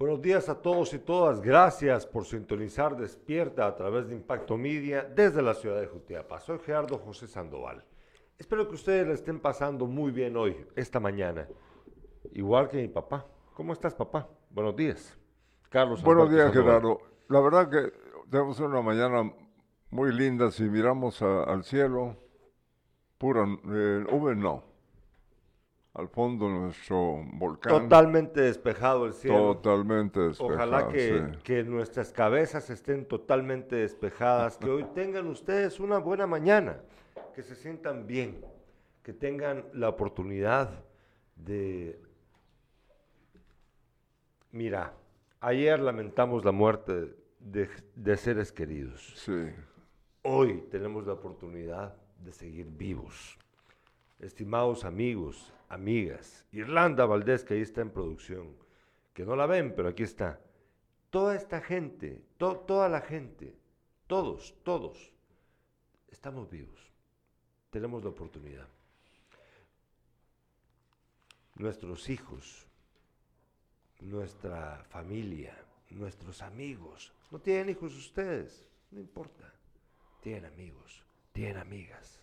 Buenos días a todos y todas. Gracias por sintonizar Despierta a través de Impacto Media desde la ciudad de Jutiapa. Soy Gerardo José Sandoval. Espero que ustedes la estén pasando muy bien hoy, esta mañana. Igual que mi papá. ¿Cómo estás, papá? Buenos días. Carlos Buenos Alberto días, Sandoval. Gerardo. La verdad que tenemos una mañana muy linda. Si miramos al cielo, pura nube no. Al fondo nuestro volcán, Totalmente despejado el cielo. totalmente Ojalá despejado, sí. que nuestras cabezas estén totalmente despejadas, que hoy tengan ustedes una buena mañana, que se sientan bien, que tengan la oportunidad de... Mira, ayer lamentamos la muerte de seres queridos. Sí, Hoy tenemos la oportunidad de seguir vivos. Estimados amigos, amigas, Irlanda Valdés, que ahí está en producción, que no la ven, pero aquí está. Toda esta gente, toda la gente, todos, estamos vivos. Tenemos la oportunidad. Nuestros hijos, nuestra familia, nuestros amigos. ¿No tienen hijos ustedes? No importa. Tienen amigos, tienen amigas.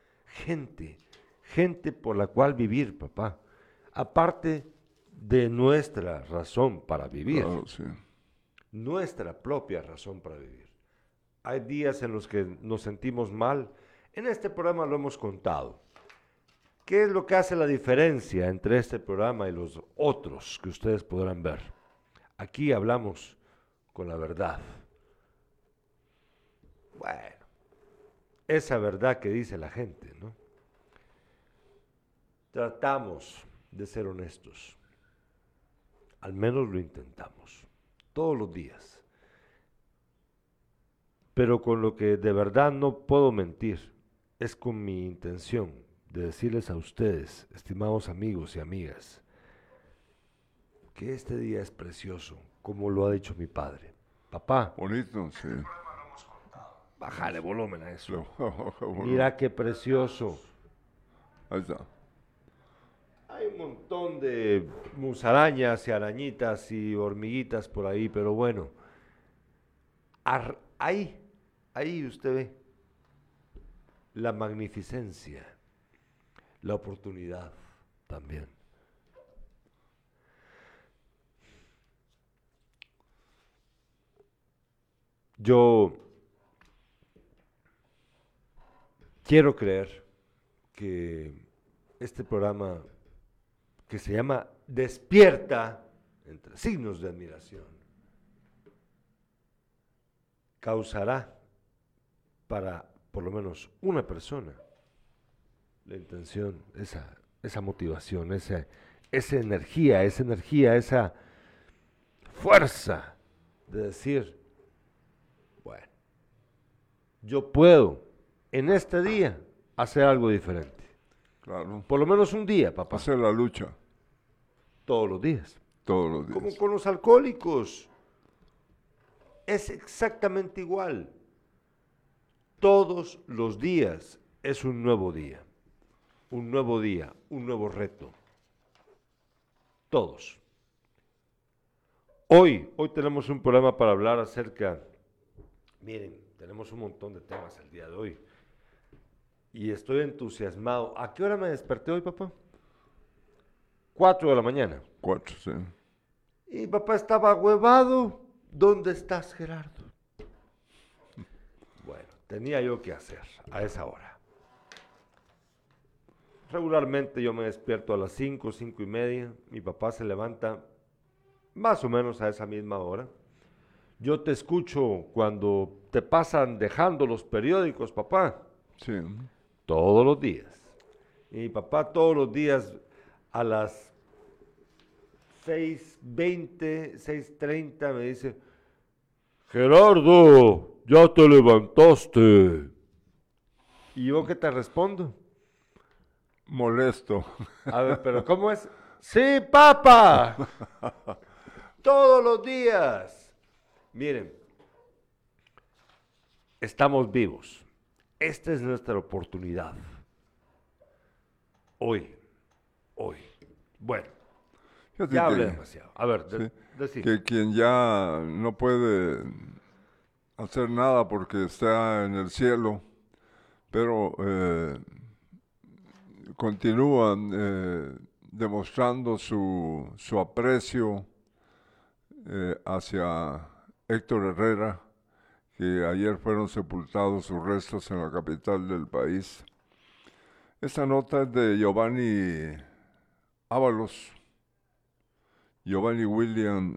Gente por la cual vivir, papá. Aparte de nuestra razón para vivir. claro, sí. Nuestra propia razón para vivir. Hay días en los que nos sentimos mal. En este programa lo hemos contado. ¿Qué es lo que hace la diferencia entre este programa y los otros que ustedes podrán ver? Aquí hablamos con la verdad. Bueno, esa verdad que dice la gente, ¿no? Tratamos de ser honestos. Al menos lo intentamos. Todos los días. Pero con lo que de verdad no puedo mentir es con mi intención de decirles a ustedes, estimados amigos y amigas, que este día es precioso, como lo ha dicho mi padre. Papá, Bonito, sí. bájale volumen a eso. Bueno, Mira qué precioso. ahí está. Hay un montón de musarañas y arañitas y hormiguitas por ahí, pero bueno, ahí usted ve la magnificencia, la oportunidad también. Yo quiero creer que este programa que se llama Despierta, entre signos de admiración, causará para por lo menos una persona la intención, esa motivación, esa energía, esa fuerza de decir, bueno, yo puedo en este día hacer algo diferente. Claro. Por lo menos un día, papá. Hacer la lucha Todos los días. todos los Como días. con los alcohólicos. Es exactamente igual. Todos los días es un nuevo día. Un nuevo día, un nuevo reto. Todos. Hoy tenemos un programa para hablar acerca, miren, tenemos un montón de temas el día de hoy. Y estoy entusiasmado. ¿A qué hora me desperté hoy, papá? 4 de la mañana. 4, sí. Y papá estaba huevado. ¿Dónde estás, Gerardo? Bueno, tenía yo que hacer a esa hora. Regularmente yo me despierto a las 5, 5:30. Mi papá se levanta más o menos a esa misma hora. Yo te escucho cuando te pasan dejando los periódicos, papá. Sí. Todos los días. Y mi papá todos los días a las 6:20, 6:30 me dice, Gerardo, ya te levantaste. ¿Y yo qué te respondo? Molesto. A ver, pero ¿cómo es? Sí, papá. Todos los días. Miren, estamos vivos. Esta es nuestra oportunidad. Hoy. Bueno, Fíjate ya que- hablé demasiado. A ver, sí. que quien ya no puede hacer nada porque está en el cielo, pero continúan demostrando su aprecio hacia Héctor Herrera, que ayer fueron sepultados sus restos en la capital del país. Esta nota es de Giovanni Ábalos, Giovanni William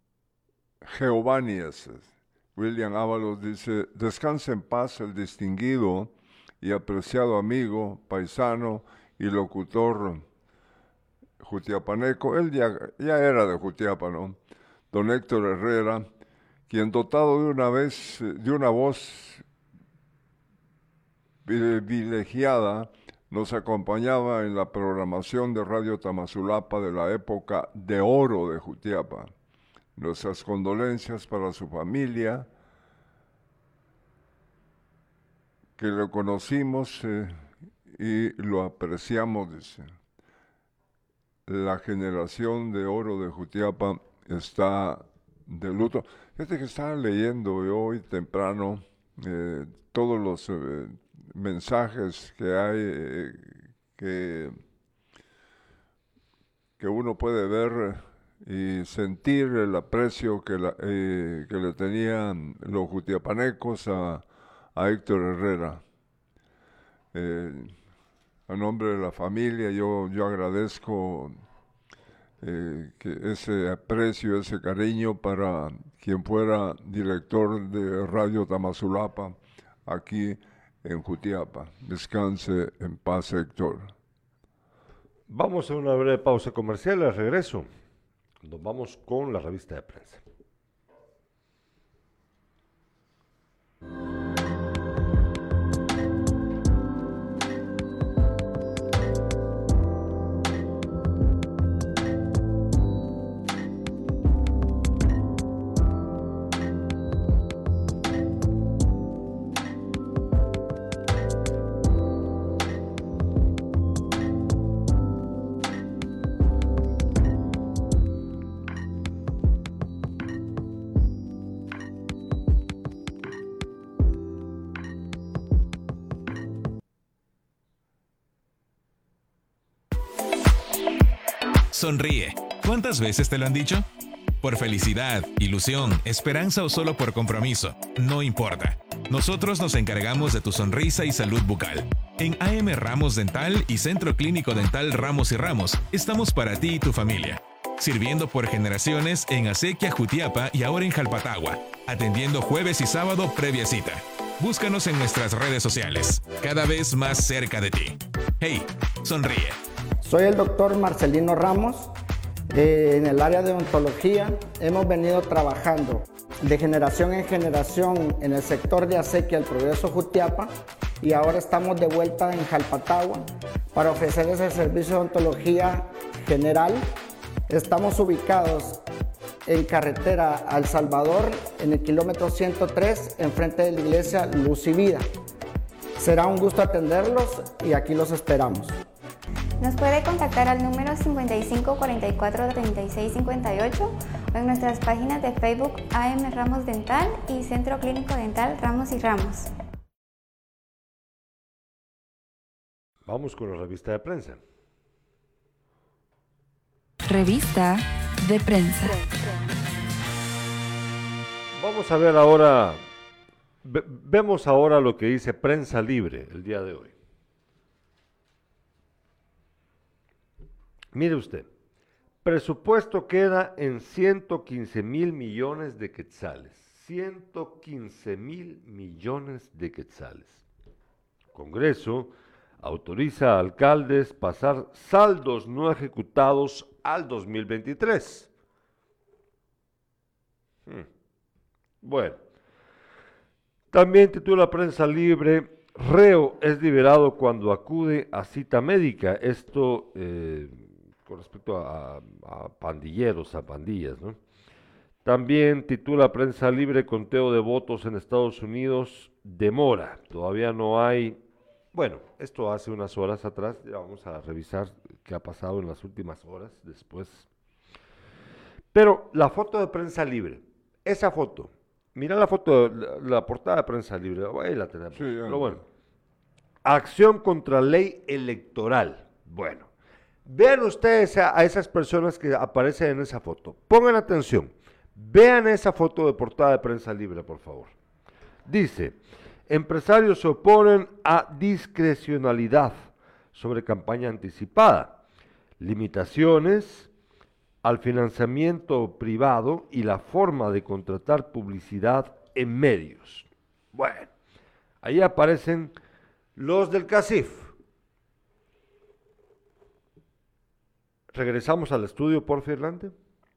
William Ábalos dice: descanse en paz el distinguido y apreciado amigo, paisano y locutor jutiapaneco, él ya era de Jutiapa, ¿no? Don Héctor Herrera, quien dotado de una voz privilegiada, nos acompañaba en la programación de Radio Tamazulapa de la época de oro de Jutiapa. Nuestras condolencias para su familia, que lo conocimos y lo apreciamos, dice. La generación de oro de Jutiapa está de luto. Fíjate que estaba leyendo yo hoy temprano todos los mensajes que hay, que uno puede ver y sentir el aprecio que le tenían los jutiapanecos a Héctor Herrera. A nombre de la familia yo agradezco que ese aprecio, ese cariño para quien fuera director de Radio Tamazulapa aquí en Jutiapa. Descanse en paz, Héctor. Vamos a una breve pausa comercial, al regreso nos vamos con la revista de prensa. Sonríe. ¿Cuántas veces te lo han dicho? Por felicidad, ilusión, esperanza o solo por compromiso, no importa. Nosotros nos encargamos de tu sonrisa y salud bucal. En AM Ramos Dental y Centro Clínico Dental Ramos y Ramos, estamos para ti y tu familia. Sirviendo por generaciones en Acequia, Jutiapa y ahora en Jalpatagua. Atendiendo jueves y sábado previa cita. Búscanos en nuestras redes sociales, cada vez más cerca de ti. Hey, sonríe. Soy el doctor Marcelino Ramos. En el área de odontología hemos venido trabajando de generación en generación en el sector de Acequia, el Progreso Jutiapa, y ahora estamos de vuelta en Jalpatagua para ofrecerles el servicio de odontología general. Estamos ubicados en carretera a El Salvador, en el kilómetro 103, enfrente de la iglesia Luz y Vida. Será un gusto atenderlos y aquí los esperamos. Nos puede contactar al número 55 44 36 58 o en nuestras páginas de Facebook AM Ramos Dental y Centro Clínico Dental Ramos y Ramos. Vamos con la revista de prensa. Revista de prensa. Vamos a ver ahora, vemos ahora lo que dice Prensa Libre el día de hoy. Mire usted, presupuesto queda en 115,000 millones de quetzales. 115,000 millones de quetzales. Congreso autoriza a alcaldes pasar saldos no ejecutados al 2023. Bueno, también titula Prensa Libre: reo es liberado cuando acude a cita médica. Esto con respecto a pandilleros, a pandillas, ¿no? También titula Prensa Libre: conteo de votos en Estados Unidos demora. Todavía no hay. Bueno, esto hace unas horas atrás, ya vamos a revisar qué ha pasado en las últimas horas después. Pero la foto de Prensa Libre, esa foto, mira la foto, la portada de Prensa Libre, ahí la tenemos. Sí, ya. Pero bueno, acción contra ley electoral. Bueno, vean ustedes a esas personas que aparecen en esa foto. Pongan atención, vean esa foto de portada de Prensa Libre, por favor. Dice, empresarios se oponen a discrecionalidad sobre campaña anticipada, limitaciones al financiamiento privado y la forma de contratar publicidad en medios. Bueno, ahí aparecen los del CACIF. Regresamos al estudio, por Irlande.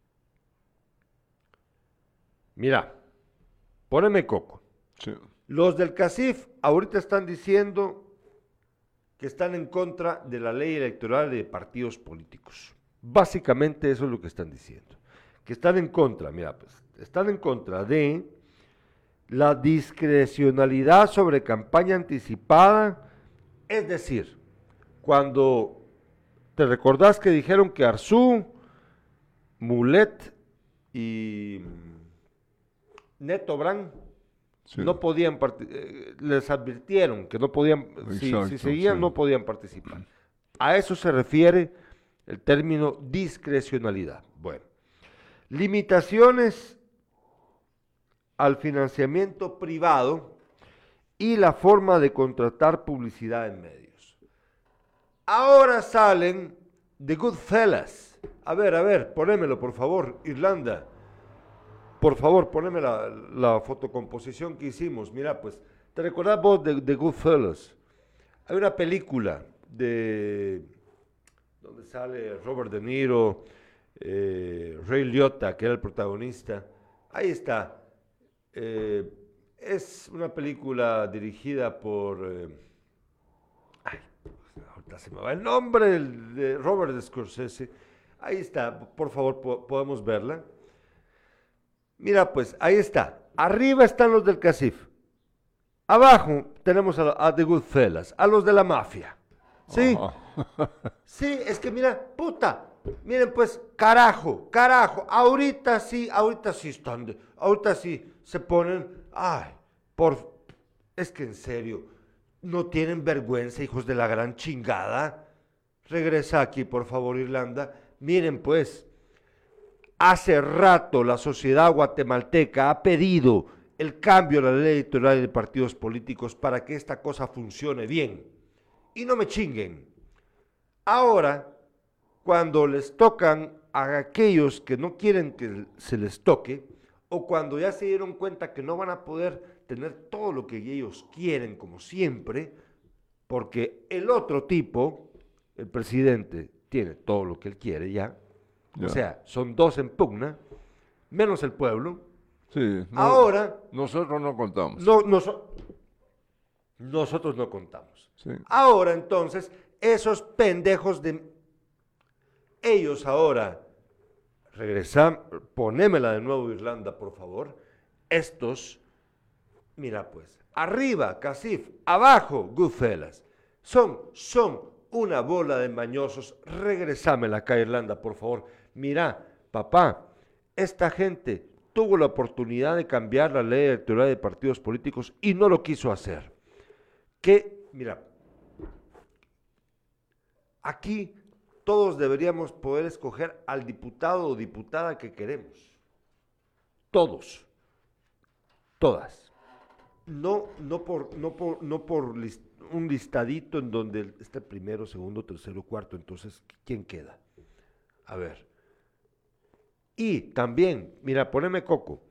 Mira, poneme coco. Sí. Los del CACIF ahorita están diciendo que están en contra de la ley electoral de partidos políticos. Básicamente eso es lo que están diciendo. Que están en contra, mira, pues, están en contra de la discrecionalidad sobre campaña anticipada. Es decir, cuando te recordás que dijeron que Arzú, Mulet y Neto Brand Sí. no podían les advirtieron que no podían, si Exacto, seguían sí. no podían participar. A eso se refiere el término discrecionalidad. Bueno, limitaciones al financiamiento privado y la forma de contratar publicidad en medios. Ahora salen The Goodfellas. A ver, ponémelo por favor, Irlanda. Por favor, poneme la fotocomposición que hicimos. Mira, pues, ¿te recordás vos de Goodfellas? Hay una película donde sale Robert De Niro, Ray Liotta, que era el protagonista. Ahí está. Es una película dirigida por... ahorita se me va el nombre de Robert Scorsese. Ahí está, por favor, podemos verla. Mira, pues, ahí está. Arriba están los del CACIF. Abajo tenemos a The Goodfellas, a los de la mafia. ¿Sí? Sí, es que mira, puta. Miren, pues, carajo. Ahorita sí están, ahorita sí se ponen, es que en serio, no tienen vergüenza, hijos de la gran chingada. Regresa aquí, por favor, Irlanda. Miren, pues, hace rato la sociedad guatemalteca ha pedido el cambio a la ley electoral de partidos políticos para que esta cosa funcione bien. Y no me chinguen. Ahora, cuando les tocan a aquellos que no quieren que se les toque, o cuando ya se dieron cuenta que no van a poder tener todo lo que ellos quieren, como siempre, porque el otro tipo, el presidente, tiene todo lo que él quiere ya. O sea, son dos en pugna, menos el pueblo. Sí, Ahora... nosotros no contamos. Nosotros no contamos. Sí. Ahora, entonces, esos pendejos de... Ellos ahora... Ponémela de nuevo, Irlanda, por favor. Estos... Mira, pues, arriba, CACIF, abajo, Goodfellas. Son una bola de mañosos. Regresámela acá, Irlanda, por favor. Mira, papá, esta gente tuvo la oportunidad de cambiar la ley electoral de partidos políticos y no lo quiso hacer. Mira, aquí todos deberíamos poder escoger al diputado o diputada que queremos. Todos. Todas. No por un listadito en donde está primero, segundo, tercero, cuarto. Entonces, ¿quién queda? A ver. Y también, mira, poneme coco.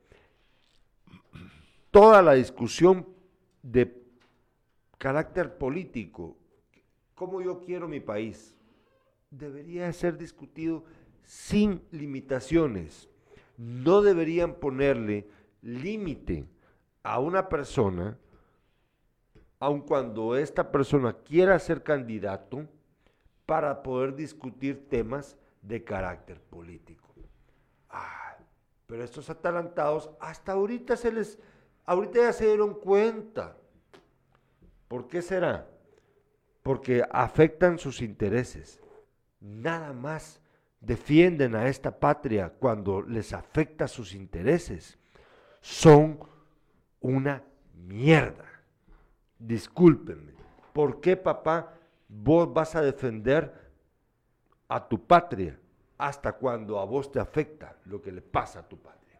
Toda la discusión de carácter político, cómo yo quiero mi país, debería ser discutido sin limitaciones. No deberían ponerle límite a una persona, aun cuando esta persona quiera ser candidato, para poder discutir temas de carácter político. Pero estos atalantados hasta ahorita ya se dieron cuenta. ¿Por qué será? Porque afectan sus intereses. Nada más defienden a esta patria cuando les afecta sus intereses, son una mierda. Discúlpenme. ¿Por qué, papá, vos vas a defender a tu patria hasta cuando a vos te afecta lo que le pasa a tu patria?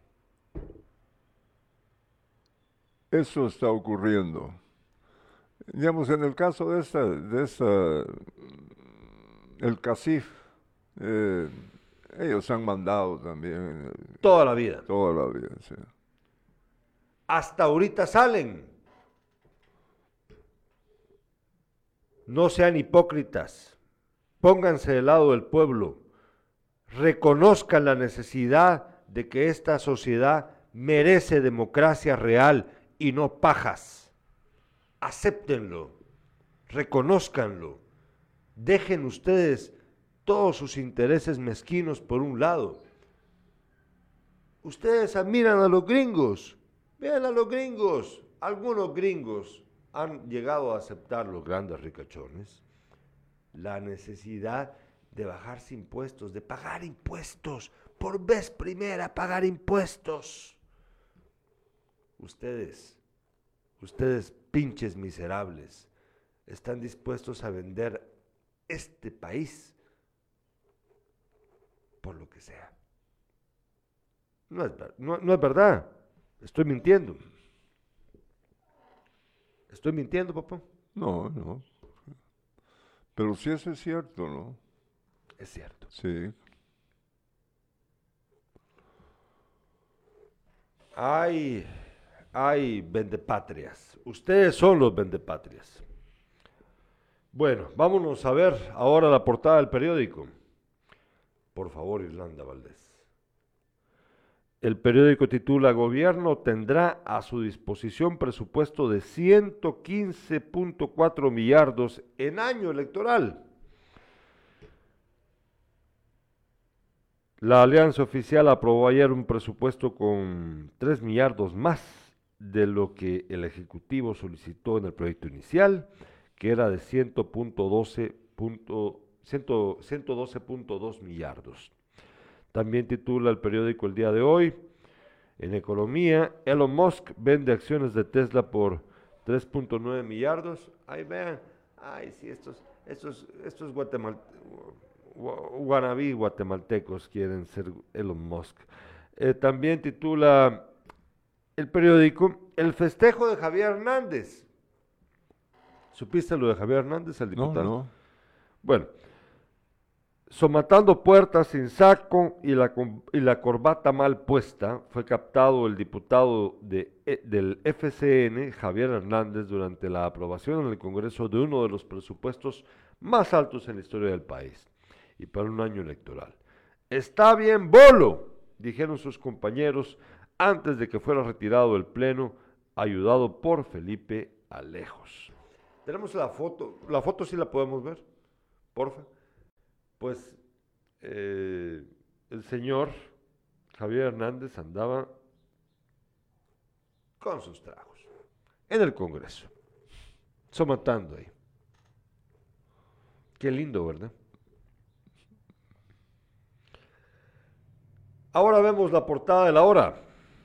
Eso está ocurriendo. Digamos, en el caso de el CACIF, ellos han mandado también. Toda la vida. Toda la vida, sí. Hasta ahorita salen. No sean hipócritas. Pónganse del lado del pueblo. Reconozcan la necesidad de que esta sociedad merece democracia real y no pajas. Acéptenlo. Reconózcanlo. Dejen ustedes todos sus intereses mezquinos por un lado. Ustedes admiran a los gringos. Vean a los gringos. Algunos gringos han llegado a aceptar, los grandes ricachones, la necesidad de bajarse impuestos, de pagar impuestos, por vez primera pagar impuestos. Ustedes pinches miserables, están dispuestos a vender este país por lo que sea. No es verdad, estoy mintiendo. ¿Estoy mintiendo, papá? No. Pero sí eso es cierto, ¿no? Es cierto. Sí. Hay vendepatrias. Ustedes son los vendepatrias. Bueno, vámonos a ver ahora la portada del periódico. Por favor, Irlanda Valdés. El periódico titula: Gobierno tendrá a su disposición presupuesto de 115.4 millardos en año electoral. La alianza oficial aprobó ayer un presupuesto con 3 millardos más de lo que el Ejecutivo solicitó en el proyecto inicial, que era de 112.2 millardos. También titula el periódico el día de hoy, en economía: Elon Musk vende acciones de Tesla por 3.9 millardos. Ahí vean, sí, estos wannabe guatemaltecos quieren ser Elon Musk. También titula el periódico: el festejo de Javier Hernández. ¿Supiste lo de Javier Hernández, el diputado? No. Bueno, somatando puertas sin saco y la corbata mal puesta, fue captado el diputado del FCN, Javier Hernández, durante la aprobación en el Congreso de uno de los presupuestos más altos en la historia del país, y para un año electoral. Está bien bolo, dijeron sus compañeros antes de que fuera retirado del pleno, ayudado por Felipe Alejos. Tenemos la foto sí la podemos ver, porfa. Pues el señor Javier Hernández andaba con sus tragos en el Congreso, somatando ahí. Qué lindo, ¿verdad? Ahora vemos la portada de La Hora.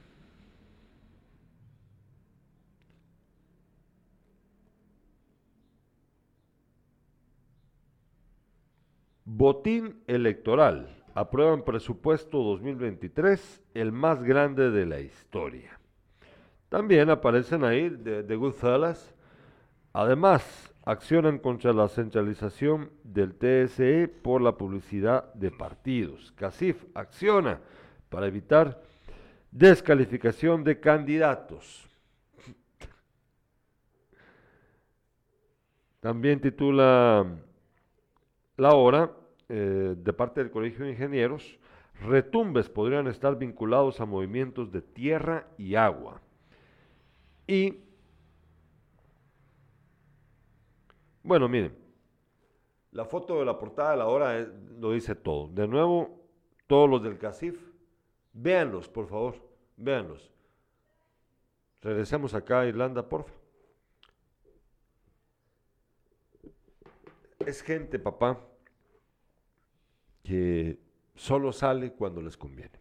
Botín electoral. Aprueban presupuesto 2023, el más grande de la historia. También aparecen ahí de Goodfellas. Además, accionan contra la centralización del TSE por la publicidad de partidos. CACIF acciona para evitar descalificación de candidatos. También titula La Hora, de parte del Colegio de Ingenieros: retumbes podrían estar vinculados a movimientos de tierra y agua. Y, bueno, miren, la foto de la portada de La Hora lo dice todo. De nuevo, todos los del CACIF, véanlos, por favor, véanlos. Regresemos acá a Irlanda, porfa. Es gente, papá, que solo sale cuando les conviene.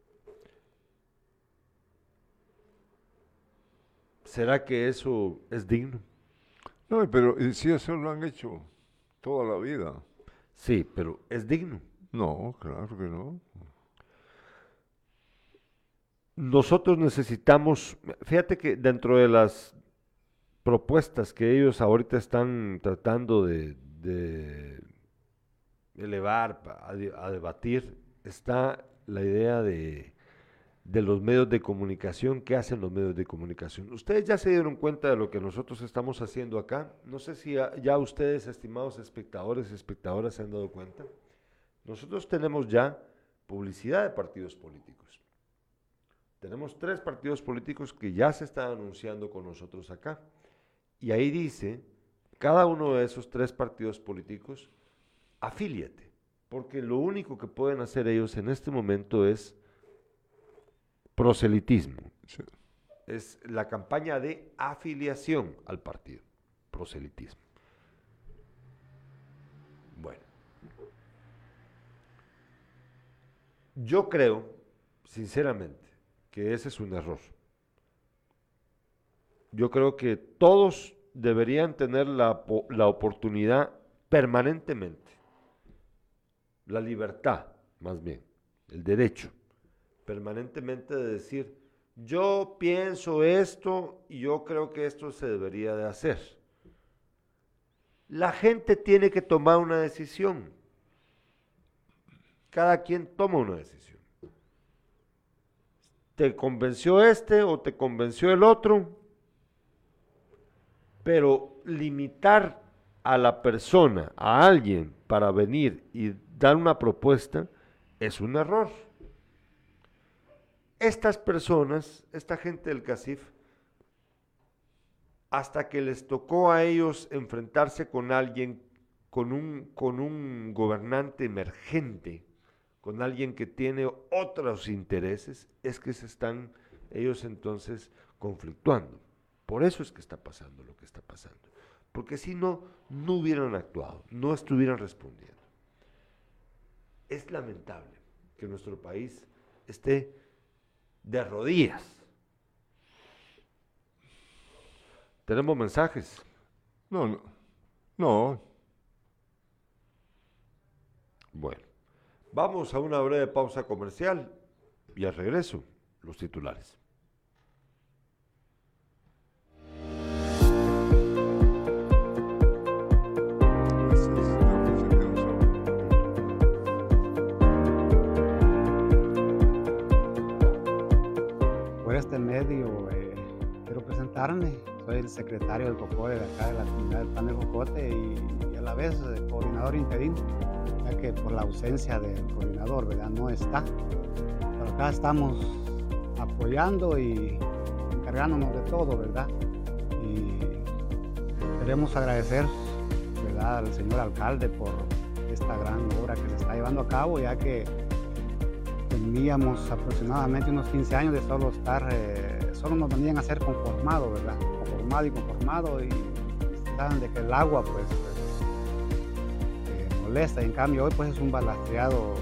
¿Será que eso es digno? No, pero si eso lo han hecho toda la vida. Sí, pero ¿es digno? No, claro que no. Nosotros necesitamos, fíjate que dentro de las propuestas que ellos ahorita están tratando de elevar, a debatir, está la idea de los medios de comunicación. ¿Qué hacen los medios de comunicación? Ustedes ya se dieron cuenta de lo que nosotros estamos haciendo acá. No sé si ya ustedes, estimados espectadores y espectadoras, se han dado cuenta. Nosotros tenemos ya publicidad de partidos políticos. Tenemos 3 partidos políticos que ya se están anunciando con nosotros acá. Y ahí dice, cada uno de esos 3 partidos políticos, afíliate. Porque lo único que pueden hacer ellos en este momento es proselitismo. Sí. Es la campaña de afiliación al partido. Proselitismo. Bueno. Yo creo, sinceramente, que ese es un error. Yo creo que todos deberían tener la oportunidad permanentemente, la libertad, más bien, el derecho, permanentemente de decir, yo pienso esto y yo creo que esto se debería de hacer. La gente tiene que tomar una decisión. Cada quien toma una decisión. ¿Te convenció este o te convenció el otro? Pero limitar a la persona, a alguien, para venir y dar una propuesta, es un error. Estas personas, esta gente del CACIF, hasta que les tocó a ellos enfrentarse con alguien, con un gobernante emergente, con alguien que tiene otros intereses, es que se están ellos entonces conflictuando. Por eso es que está pasando lo que está pasando. Porque si no, no hubieran actuado, no estuvieran respondiendo. Es lamentable que nuestro país esté de rodillas. ¿Tenemos mensajes? No. Bueno, vamos a una breve pausa comercial y al regreso, los titulares. Por este medio quiero presentarme. Soy el secretario del COCODE de acá de la comunidad del Pan de Jocote y a la vez coordinador interino, ya que por la ausencia del coordinador, ¿verdad? No está. Pero acá estamos apoyando y encargándonos de todo, ¿verdad? Y queremos agradecer, ¿verdad?, al señor alcalde por esta gran obra que se está llevando a cabo, ya que teníamos aproximadamente unos 15 años de solo estar, solo nos venían a ser conformado, ¿verdad? Conformado y saben de que el agua pues molesta, y en cambio hoy pues es un balastreado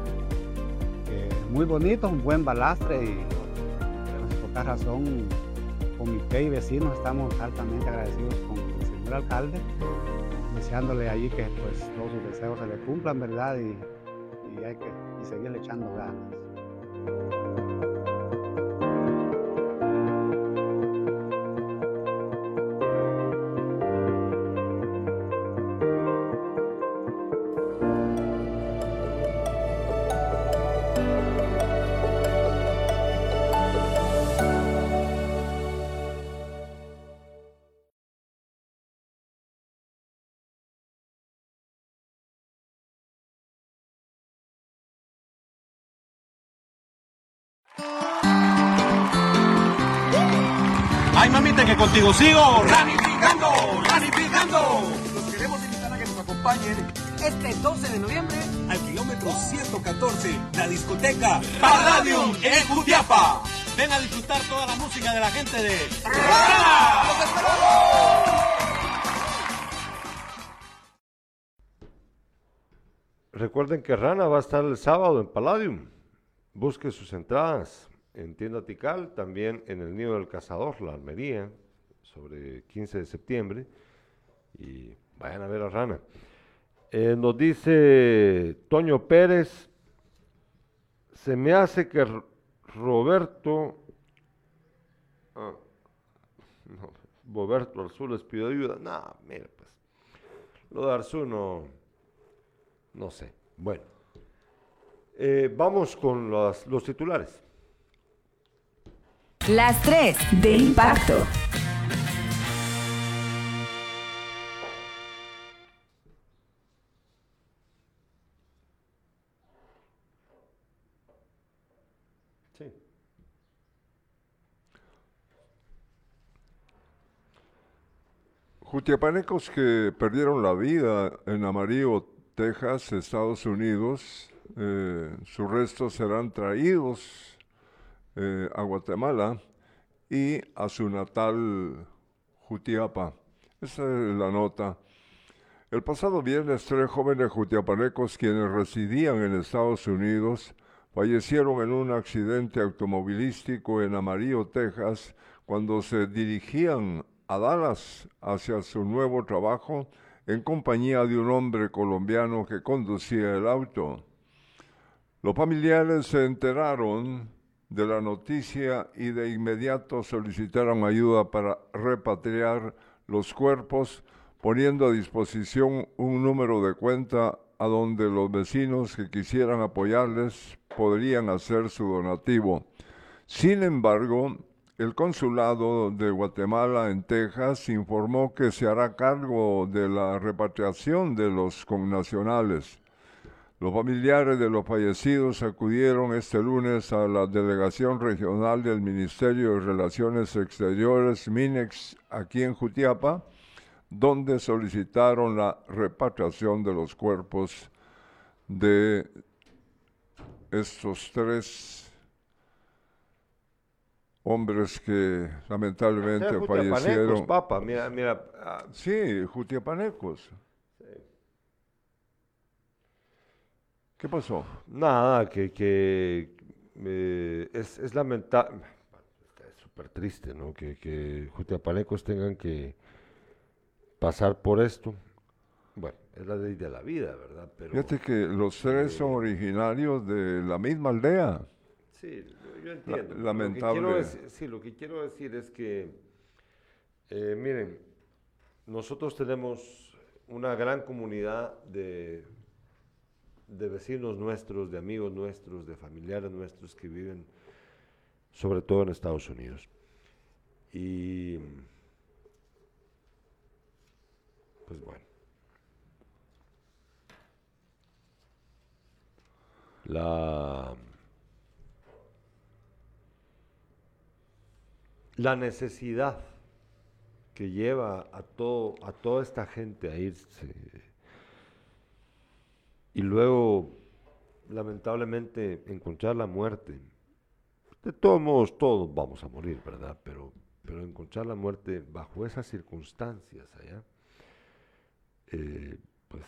muy bonito, un buen balastre, y por esta razón comité y vecinos estamos altamente agradecidos con el señor alcalde, deseándole allí que pues todos sus deseos se le cumplan, ¿verdad? Y hay que seguirle echando ganas. Ay, mamita, que contigo sigo ranificando. Los queremos invitar a que nos acompañen este 12 de noviembre al kilómetro 114, la discoteca Palladium en Jutiapa. Ven a disfrutar toda la música de la gente de Rana. ¡Los esperamos! recuerden que Rana va a estar el sábado en Palladium. Busque sus entradas en Tienda Tikal, también en el Nido del Cazador, la Almería, sobre 15 de septiembre. Y vayan a ver a Rana. Nos dice Toño Pérez, se me hace que Roberto Arzú les pidió ayuda. No, mira, pues, lo de Arzú no sé. Bueno, vamos con los titulares. Las 3 de impacto. Sí. Jutiapanecos que perdieron la vida en Amarillo, Texas, Estados Unidos, sus restos serán traídos a Guatemala y a su natal Jutiapa. Esa es la nota. El pasado viernes, 3 jóvenes jutiapanecos quienes residían en Estados Unidos fallecieron en un accidente automovilístico en Amarillo, Texas, cuando se dirigían a Dallas hacia su nuevo trabajo en compañía de un hombre colombiano que conducía el auto. Los familiares se enteraron de la noticia y de inmediato solicitaron ayuda para repatriar los cuerpos, poniendo a disposición un número de cuenta a donde los vecinos que quisieran apoyarles podrían hacer su donativo. Sin embargo, el Consulado de Guatemala en Texas informó que se hará cargo de la repatriación de los connacionales. Los familiares de los fallecidos acudieron este lunes a la Delegación Regional del Ministerio de Relaciones Exteriores, MINEX, aquí en Jutiapa, donde solicitaron la repatriación de los cuerpos de estos 3 hombres que lamentablemente fallecieron. Papa, mira. Sí, jutiapanecos. Sí. ¿Qué pasó? Nada, que es lamentable, es súper triste, ¿no? Que jutiapanecos tengan que pasar por esto. Bueno, es la ley de la vida, ¿verdad? Pero, fíjate que los 3 son originarios de la misma aldea. Sí, yo entiendo. Lamentable. Lo que quiero decir es que, miren, nosotros tenemos una gran comunidad de vecinos nuestros, de amigos nuestros, de familiares nuestros que viven sobre todo en Estados Unidos. Y, pues bueno. La necesidad que lleva a toda esta gente a irse y luego lamentablemente encontrar la muerte. De todos modos todos vamos a morir, ¿verdad? Pero encontrar la muerte bajo esas circunstancias allá, pues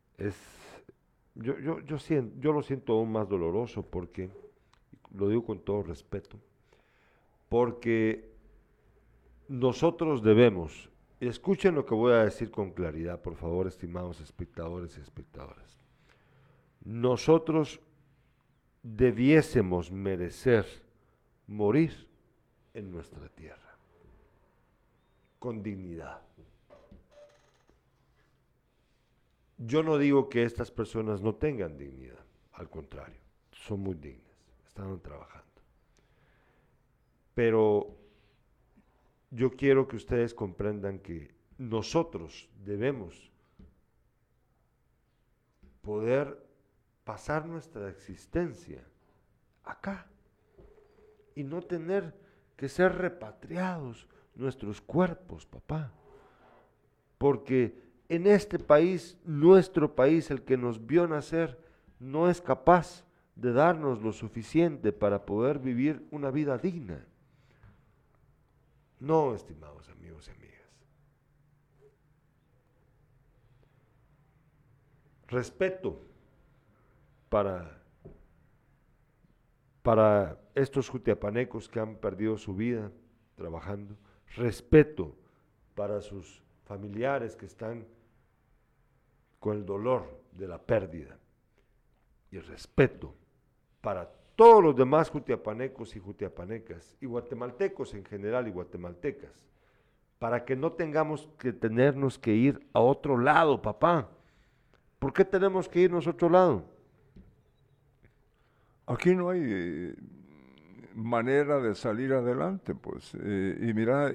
yo lo siento aún más doloroso porque, lo digo con todo respeto, porque nosotros debemos, y escuchen lo que voy a decir con claridad, por favor, estimados espectadores y espectadoras, nosotros debiésemos merecer morir en nuestra tierra, con dignidad. Yo no digo que estas personas no tengan dignidad, al contrario, son muy dignas, están trabajando. Pero yo quiero que ustedes comprendan que nosotros debemos poder pasar nuestra existencia acá y no tener que ser repatriados nuestros cuerpos, papá. Porque en este país, nuestro país, el que nos vio nacer, no es capaz de darnos lo suficiente para poder vivir una vida digna. No, estimados amigos y amigas. Respeto para estos jutiapanecos que han perdido su vida trabajando, respeto para sus familiares que están con el dolor de la pérdida, y respeto para todos los demás jutiapanecos y jutiapanecas, y guatemaltecos en general y guatemaltecas, para que no tengamos que tenernos que ir a otro lado, papá. ¿Por qué tenemos que irnos a otro lado? Aquí no hay manera de salir adelante, pues. Y mira,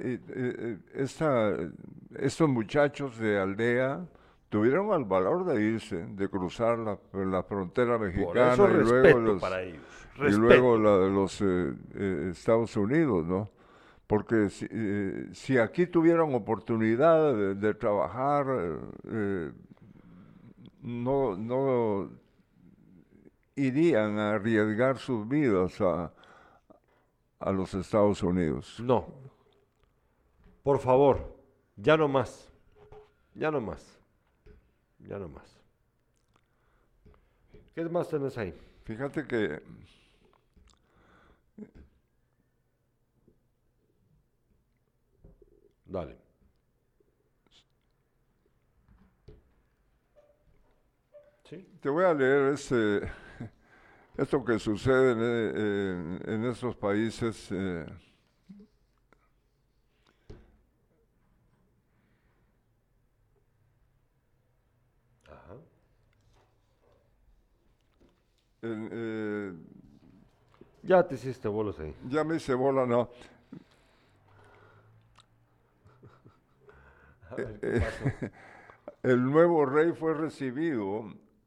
estos muchachos de aldea tuvieron el valor de irse, de cruzar la frontera mexicana. Por eso y respeto luego para ellos. y Respeto. luego la de los Estados Unidos, ¿no? Porque si aquí tuvieran oportunidad de trabajar, no irían a arriesgar sus vidas a los Estados Unidos. No. Por favor, ya no más. Ya no más. Ya no más. ¿Qué más tenés ahí? Fíjate que Dale. ¿Sí? te voy a leer esto que sucede en estos países. Ajá. Ya te hiciste bolos ahí. Ya me hice bola, ¿no? A ver, ¿qué pasó? El nuevo rey fue recibido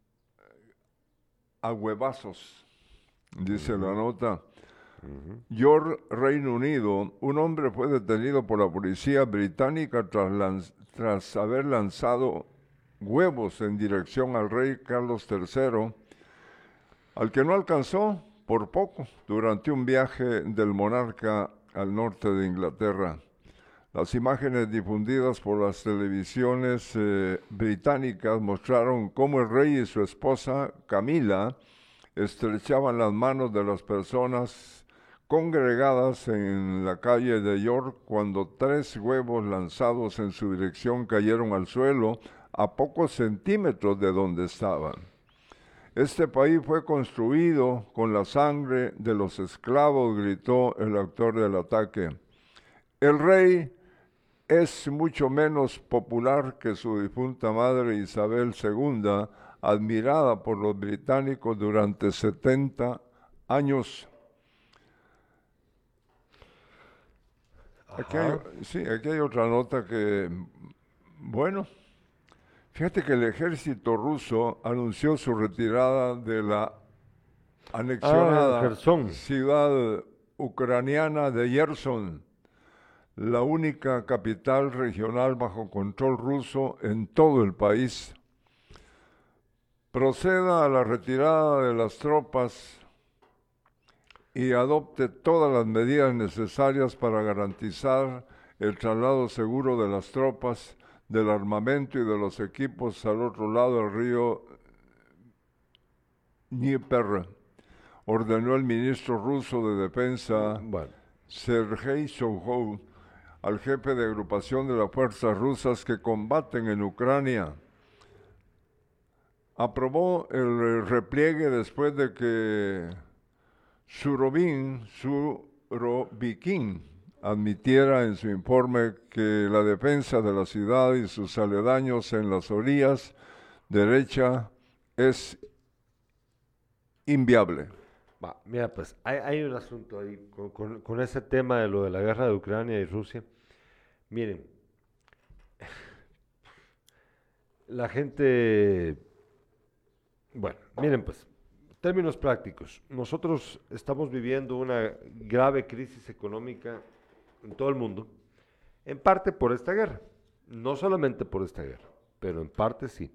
a huevazos, dice la nota. York, Reino Unido, un hombre fue detenido por la policía británica tras haber lanzado huevos en dirección al rey Carlos III, al que no alcanzó por poco durante un viaje del monarca al norte de Inglaterra. Las imágenes difundidas por las televisiones británicas mostraron cómo el rey y su esposa, Camila, estrechaban las manos de las personas congregadas en la calle de York cuando 3 huevos lanzados en su dirección cayeron al suelo a pocos centímetros de donde estaban. Este país fue construido con la sangre de los esclavos, gritó el autor del ataque. El rey es mucho menos popular que su difunta madre Isabel II, admirada por los británicos durante 70 años. Aquí hay otra nota que, bueno, fíjate que el ejército ruso anunció su retirada de la anexionada ciudad ucraniana de Yerson, la única capital regional bajo control ruso en todo el país. Proceda a la retirada de las tropas y adopte todas las medidas necesarias para garantizar el traslado seguro de las tropas, del armamento y de los equipos al otro lado del río Dnieper, ordenó el ministro ruso de Defensa, Sergei Shoigu, al jefe de agrupación de las fuerzas rusas que combaten en Ucrania. Aprobó el repliegue después de que Surovikin admitiera en su informe que la defensa de la ciudad y sus aledaños en las orillas derecha es inviable. Mira, pues hay un asunto ahí con ese tema de lo de la guerra de Ucrania y Rusia. Miren, la gente, bueno, miren pues, términos prácticos. Nosotros estamos viviendo una grave crisis económica en todo el mundo, en parte por esta guerra, no solamente por esta guerra, pero en parte sí.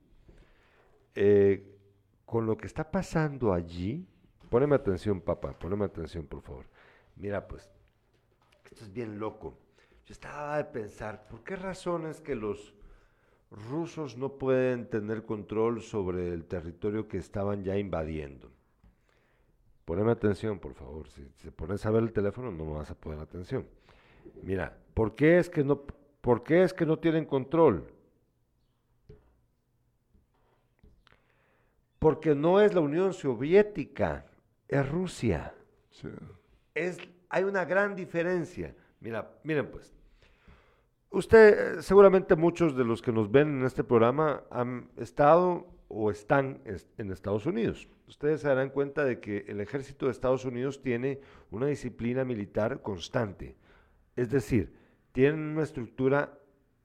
Con lo que está pasando allí, poneme atención, papá, poneme atención, por favor. Mira, pues, esto es bien loco. Yo estaba de pensar, ¿por qué razones que los rusos no pueden tener control sobre el territorio que estaban ya invadiendo. Poneme atención, por favor. Si te pones a ver el teléfono, no me vas a poner atención. Mira, ¿por qué es que no tienen control? Porque no es la Unión Soviética, es Rusia. Sí. Hay una gran diferencia. Miren pues, seguramente muchos de los que nos ven en este programa han estado o están en Estados Unidos. Ustedes se darán cuenta de que el ejército de Estados Unidos tiene una disciplina militar constante. Es decir, tienen una estructura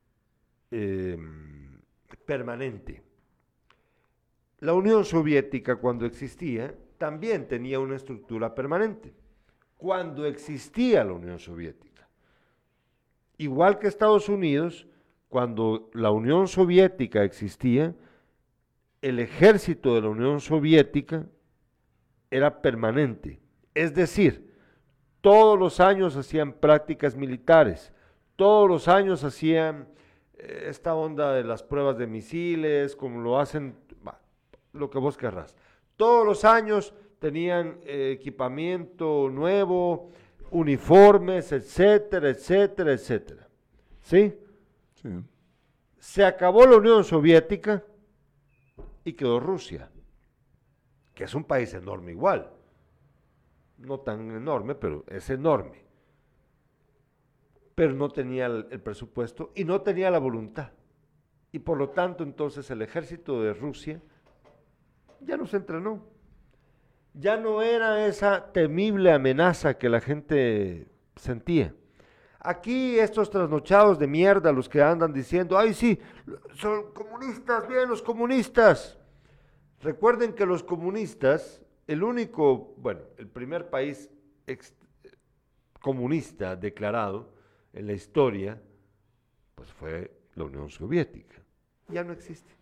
permanente. La Unión Soviética, cuando existía, también tenía una estructura permanente. Cuando existía la Unión Soviética. Igual que Estados Unidos, cuando la Unión Soviética existía, el ejército de la Unión Soviética era permanente. Es decir, todos los años hacían prácticas militares, todos los años hacían esta onda de las pruebas de misiles, como lo hacen, lo que vos querrás. Todos los años tenían equipamiento nuevo, uniformes, etcétera, etcétera, etcétera. ¿Sí? Sí. Se acabó la Unión Soviética y quedó Rusia, que es un país enorme igual. No tan enorme, pero es enorme. Pero no tenía el presupuesto y no tenía la voluntad. Y por lo tanto, entonces, el ejército de Rusia ya no se entrenó. Ya no era esa temible amenaza que la gente sentía. Aquí estos trasnochados de mierda, los que andan diciendo, ay sí, son comunistas, bien los comunistas. Recuerden que los comunistas, el primer país comunista declarado en la historia, pues fue la Unión Soviética. Ya no existe.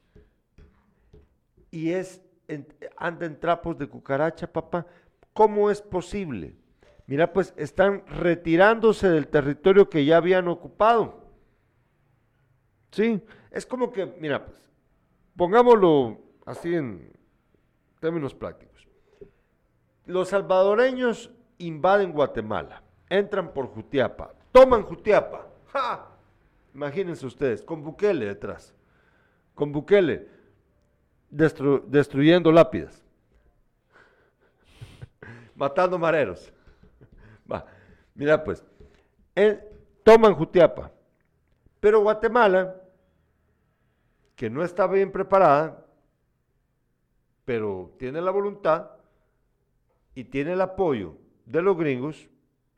Y anda en trapos de cucaracha, papá. ¿Cómo es posible? Mira, pues están retirándose del territorio que ya habían ocupado. ¿Sí? Es como que, mira, pues, pongámoslo así en términos prácticos. Los salvadoreños invaden Guatemala, entran por Jutiapa, toman Jutiapa. ¡Ja! Imagínense ustedes, con Bukele detrás. Con Bukele destruyendo lápidas. Matando mareros. Mira pues, toman Jutiapa, pero Guatemala, que no está bien preparada, pero tiene la voluntad y tiene el apoyo de los gringos,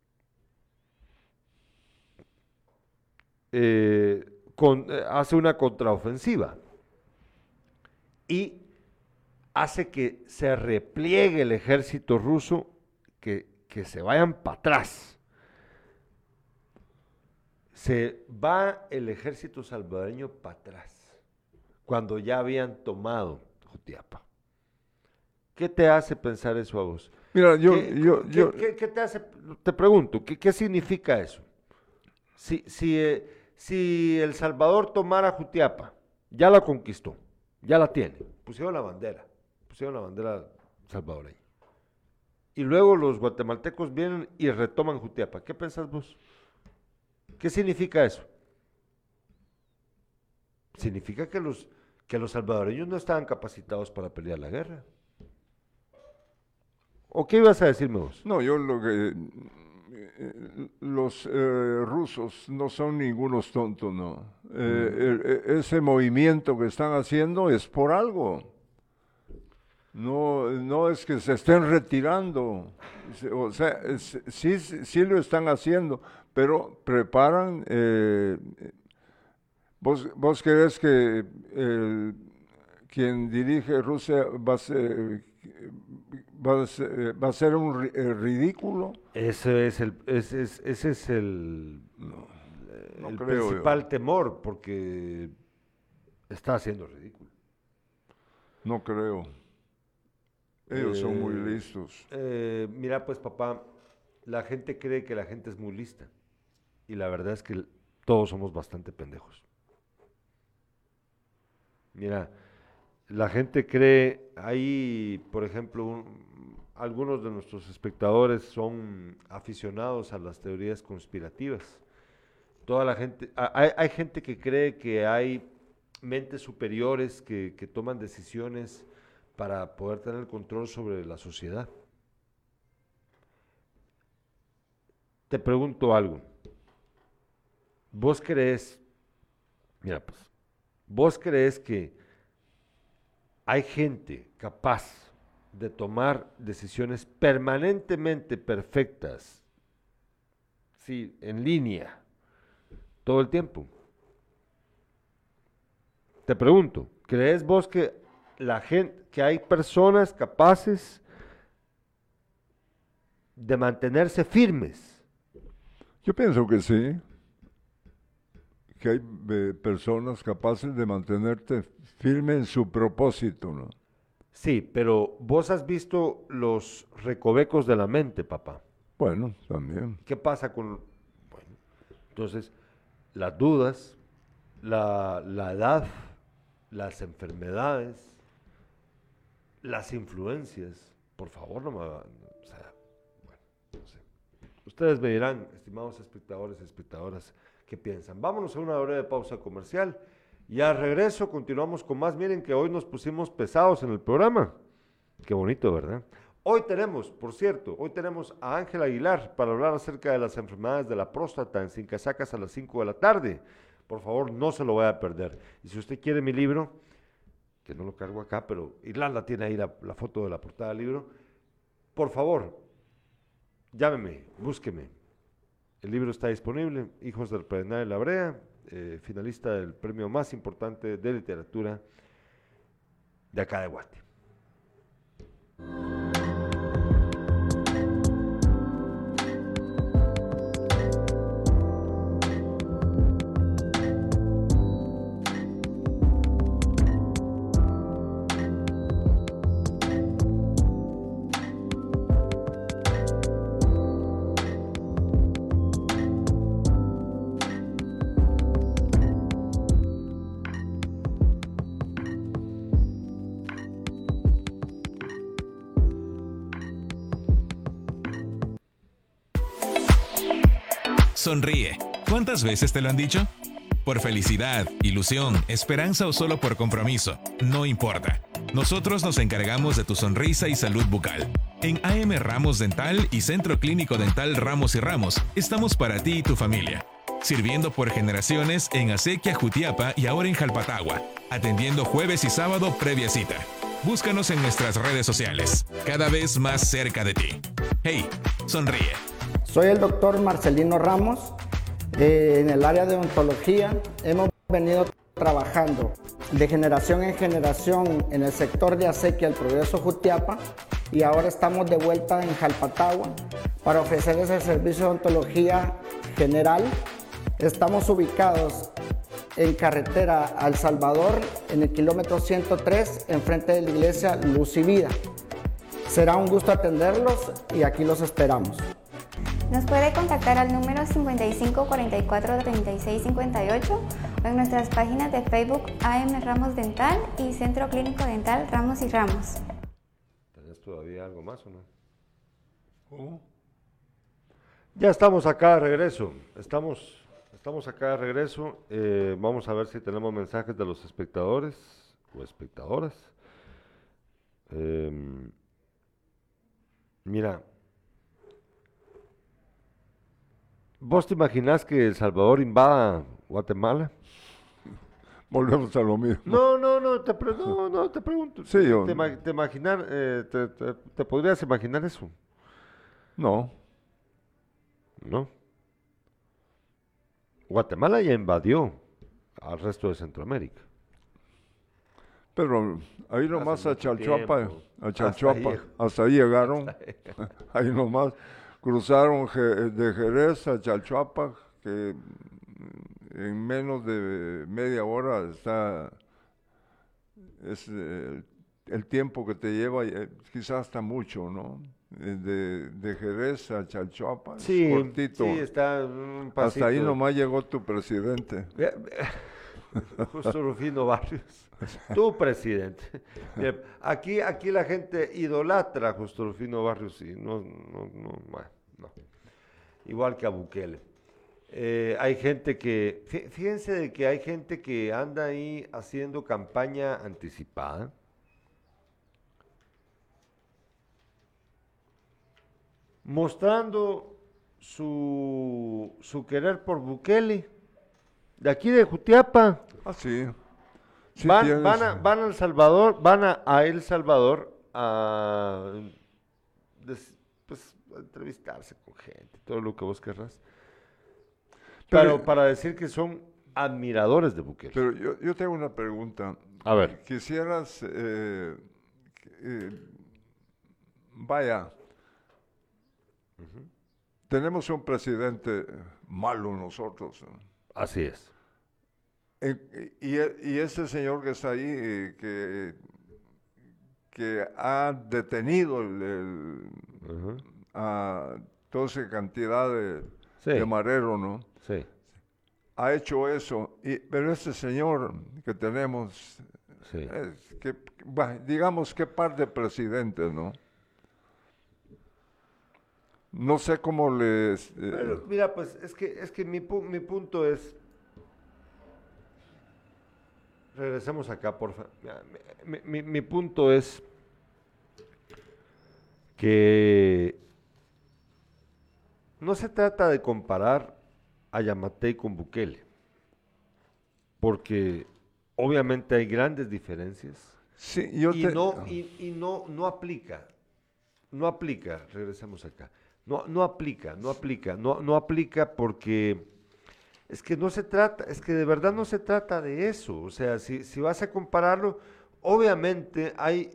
hace una contraofensiva y hace que se repliegue el ejército ruso, que se vayan para atrás. Se va el ejército salvadoreño para atrás, cuando ya habían tomado Jutiapa. ¿Qué te hace pensar eso a vos? Mira, ¿Qué te hace? Te pregunto, ¿qué significa eso? Si El Salvador tomara Jutiapa, ya la conquistó, ya la tiene, pusieron la bandera salvadoreña. Y luego los guatemaltecos vienen y retoman Jutiapa. ¿Qué pensás vos? ¿Qué significa eso? Significa que los salvadoreños no estaban capacitados para pelear la guerra. ¿O qué ibas a decirme vos? No, los rusos no son ningunos tontos, no. Ese movimiento que están haciendo es por algo. No es que se estén retirando, o sea, sí lo están haciendo, pero preparan. ¿Vos crees que quien dirige Rusia va a ser un ridículo? Ese es el principal temor, porque está haciendo ridículo. No creo. Ellos son muy listos. Mira, pues papá, la gente cree que la gente es muy lista. Y la verdad es que todos somos bastante pendejos. Mira, la gente cree, hay, por ejemplo, algunos de nuestros espectadores son aficionados a las teorías conspirativas. Toda la gente, hay gente que cree que hay mentes superiores que toman decisiones para poder tener control sobre la sociedad. Te pregunto algo. ¿Vos crees, mira pues, vos crees que hay gente capaz de tomar decisiones permanentemente perfectas, sí, en línea, todo el tiempo? Te pregunto, ¿crees vos que que hay personas capaces de mantenerse firmes? Yo pienso que sí, que hay personas capaces de mantenerte firme en su propósito, ¿no? Sí, pero vos has visto los recovecos de la mente, papá. Bueno, también. ¿Qué pasa con...? Bueno, entonces, las dudas, la edad, las enfermedades, las influencias, por favor, no me... O sea, bueno, no sé. Ustedes me dirán, estimados espectadores y espectadoras, ¿qué piensan? Vámonos a una breve pausa comercial y al regreso continuamos con más. Miren que hoy nos pusimos pesados en el programa. Qué bonito, ¿verdad? Hoy tenemos, por cierto, a Ángel Aguilar para hablar acerca de las enfermedades de la próstata en Sin Casacas a las 5 de la tarde. Por favor, no se lo vaya a perder. Y si usted quiere mi libro, que no lo cargo acá, pero Irlanda tiene ahí la foto de la portada del libro, por favor, llámeme, búsqueme. El libro está disponible, Hijos del Pedernal de la Brea, finalista del premio más importante de literatura de acá de Guate. Sonríe. ¿Cuántas veces te lo han dicho? Por felicidad, ilusión, esperanza o solo por compromiso, no importa. Nosotros nos encargamos de tu sonrisa y salud bucal. En AM Ramos Dental y Centro Clínico Dental Ramos y Ramos, estamos para ti y tu familia. Sirviendo por generaciones en Acequia, Jutiapa y ahora en Jalpatagua. Atendiendo jueves y sábado previa cita. Búscanos en nuestras redes sociales, cada vez más cerca de ti. Hey, sonríe. Soy el doctor Marcelino Ramos. En el área de odontología hemos venido trabajando de generación en generación en el sector de Acequia, el Progreso Jutiapa, y ahora estamos de vuelta en Jalpatagua para ofrecerles el servicio de odontología general. Estamos ubicados en carretera a El Salvador, en el kilómetro 103, enfrente de la iglesia Luz y Vida. Será un gusto atenderlos y aquí los esperamos. Nos puede contactar al número 55 44 36 58 o en nuestras páginas de Facebook AM Ramos Dental y Centro Clínico Dental Ramos y Ramos. ¿Tenés todavía algo más o no? ¿Cómo? Ya estamos acá de regreso. Estamos acá de regreso. Vamos a ver si tenemos mensajes de los espectadores o espectadoras. Mira. ¿Vos te imaginás que El Salvador invada Guatemala? Volvemos a lo mismo. No, te pregunto. Sí, yo... ¿Te podrías imaginar eso? No. ¿No? Guatemala ya invadió al resto de Centroamérica. Pero ahí nomás a Chalchuapa, hasta ahí llegaron. Ahí nomás. Cruzaron de Jerez a Chalchuapa, que en menos de media hora es el tiempo que te lleva, quizás hasta mucho, ¿no? De Jerez a Chalchuapa, sí, cortito. Sí, está un pasito. Hasta ahí nomás llegó tu presidente. Justo Rufino Barrios. Tú, presidente. Bien, aquí la gente idolatra a Justo Rufino Barrios y no. Igual que a Bukele. Hay gente que, fíjense de que hay gente que anda ahí haciendo campaña anticipada. Mostrando su querer por Bukele. De aquí de Jutiapa. Ah, sí. Sí van a El Salvador, van a El Salvador a entrevistarse con gente, todo lo que vos querrás. Pero para decir que son admiradores de Bukele. Pero yo tengo una pregunta. A ver. Quisieras, vaya, tenemos un presidente malo nosotros, ¿no? Así es. Y ese señor que está ahí, que ha detenido a toda esa cantidad de marero, ¿no? Sí. Ha hecho eso, pero este señor que tenemos, sí. Digamos que par de presidentes, ¿no? No sé cómo les... Pero, mira, pues es que mi punto es... Regresemos acá, por favor. Mi punto es que no se trata de comparar a Yamatei con Bukele, porque obviamente hay grandes diferencias. Sí, no aplica. No aplica, regresemos acá. No aplica porque es que no se trata, es que de verdad no se trata de eso. O sea, si vas a compararlo, obviamente hay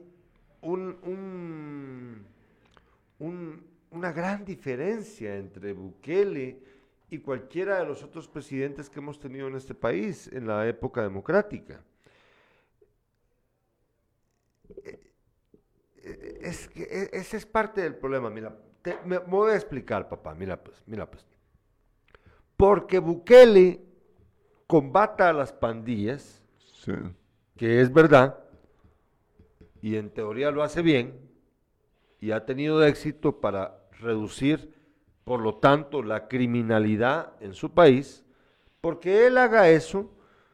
una gran diferencia entre Bukele y cualquiera de los otros presidentes que hemos tenido en este país en la época democrática. Es que ese es parte del problema. Mira, me voy a explicar, papá. Mira pues. Porque Bukele combata a las pandillas, sí, que es verdad, y en teoría lo hace bien, y ha tenido éxito para reducir, por lo tanto, la criminalidad en su país. Porque él haga eso,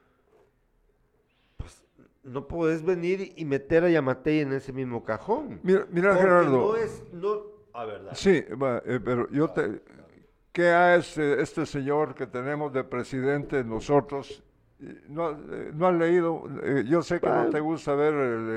pues no puedes venir y meter a Yamatei en ese mismo cajón. Mira Gerardo. A ver, dale. Sí, pero ¿qué hace este señor que tenemos de presidente nosotros? No has leído, yo sé que no te gusta ver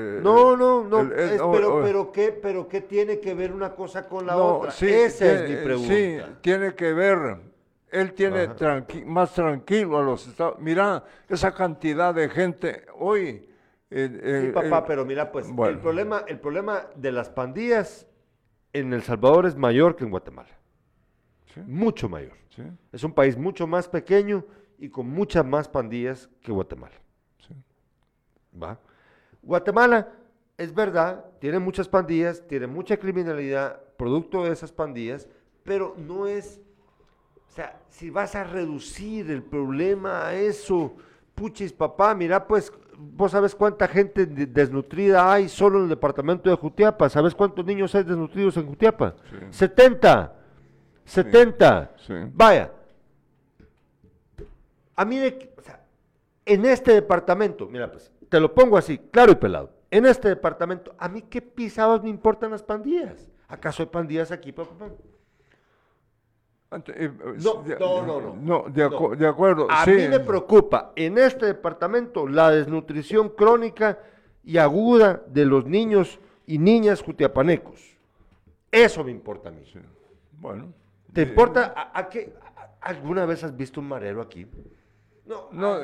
pero ¿qué tiene que ver una cosa con la otra? Sí, esa es mi pregunta. Sí, tiene que ver. Él tiene más tranquilo a los Estados. Mira, esa cantidad de gente hoy. Sí, papá, pero mira, pues, bueno. el problema de las pandillas en El Salvador es mayor que en Guatemala. ¿Sí? Mucho mayor. ¿Sí? Es un país mucho más pequeño y con muchas más pandillas que Guatemala. Sí. ¿Va? Guatemala, es verdad, tiene muchas pandillas, tiene mucha criminalidad, producto de esas pandillas, pero no es, o sea, si vas a reducir el problema a eso, puchis, papá, mira, pues, vos sabes cuánta gente desnutrida hay solo en el departamento de Jutiapa, ¿sabes cuántos niños hay desnutridos en Jutiapa? Sí. 70. Sí. Vaya. A mí, o sea, en este departamento, mira pues, te lo pongo así, claro y pelado, en este departamento, ¿a mí qué pisados me importan las pandillas? ¿Acaso hay pandillas aquí, papá? No, de acuerdo. A mí me preocupa en este departamento la desnutrición crónica y aguda de los niños y niñas jutiapanecos. Eso me importa a mí. Sí. Bueno. ¿Te importa a qué? ¿Alguna vez has visto un marero aquí? No,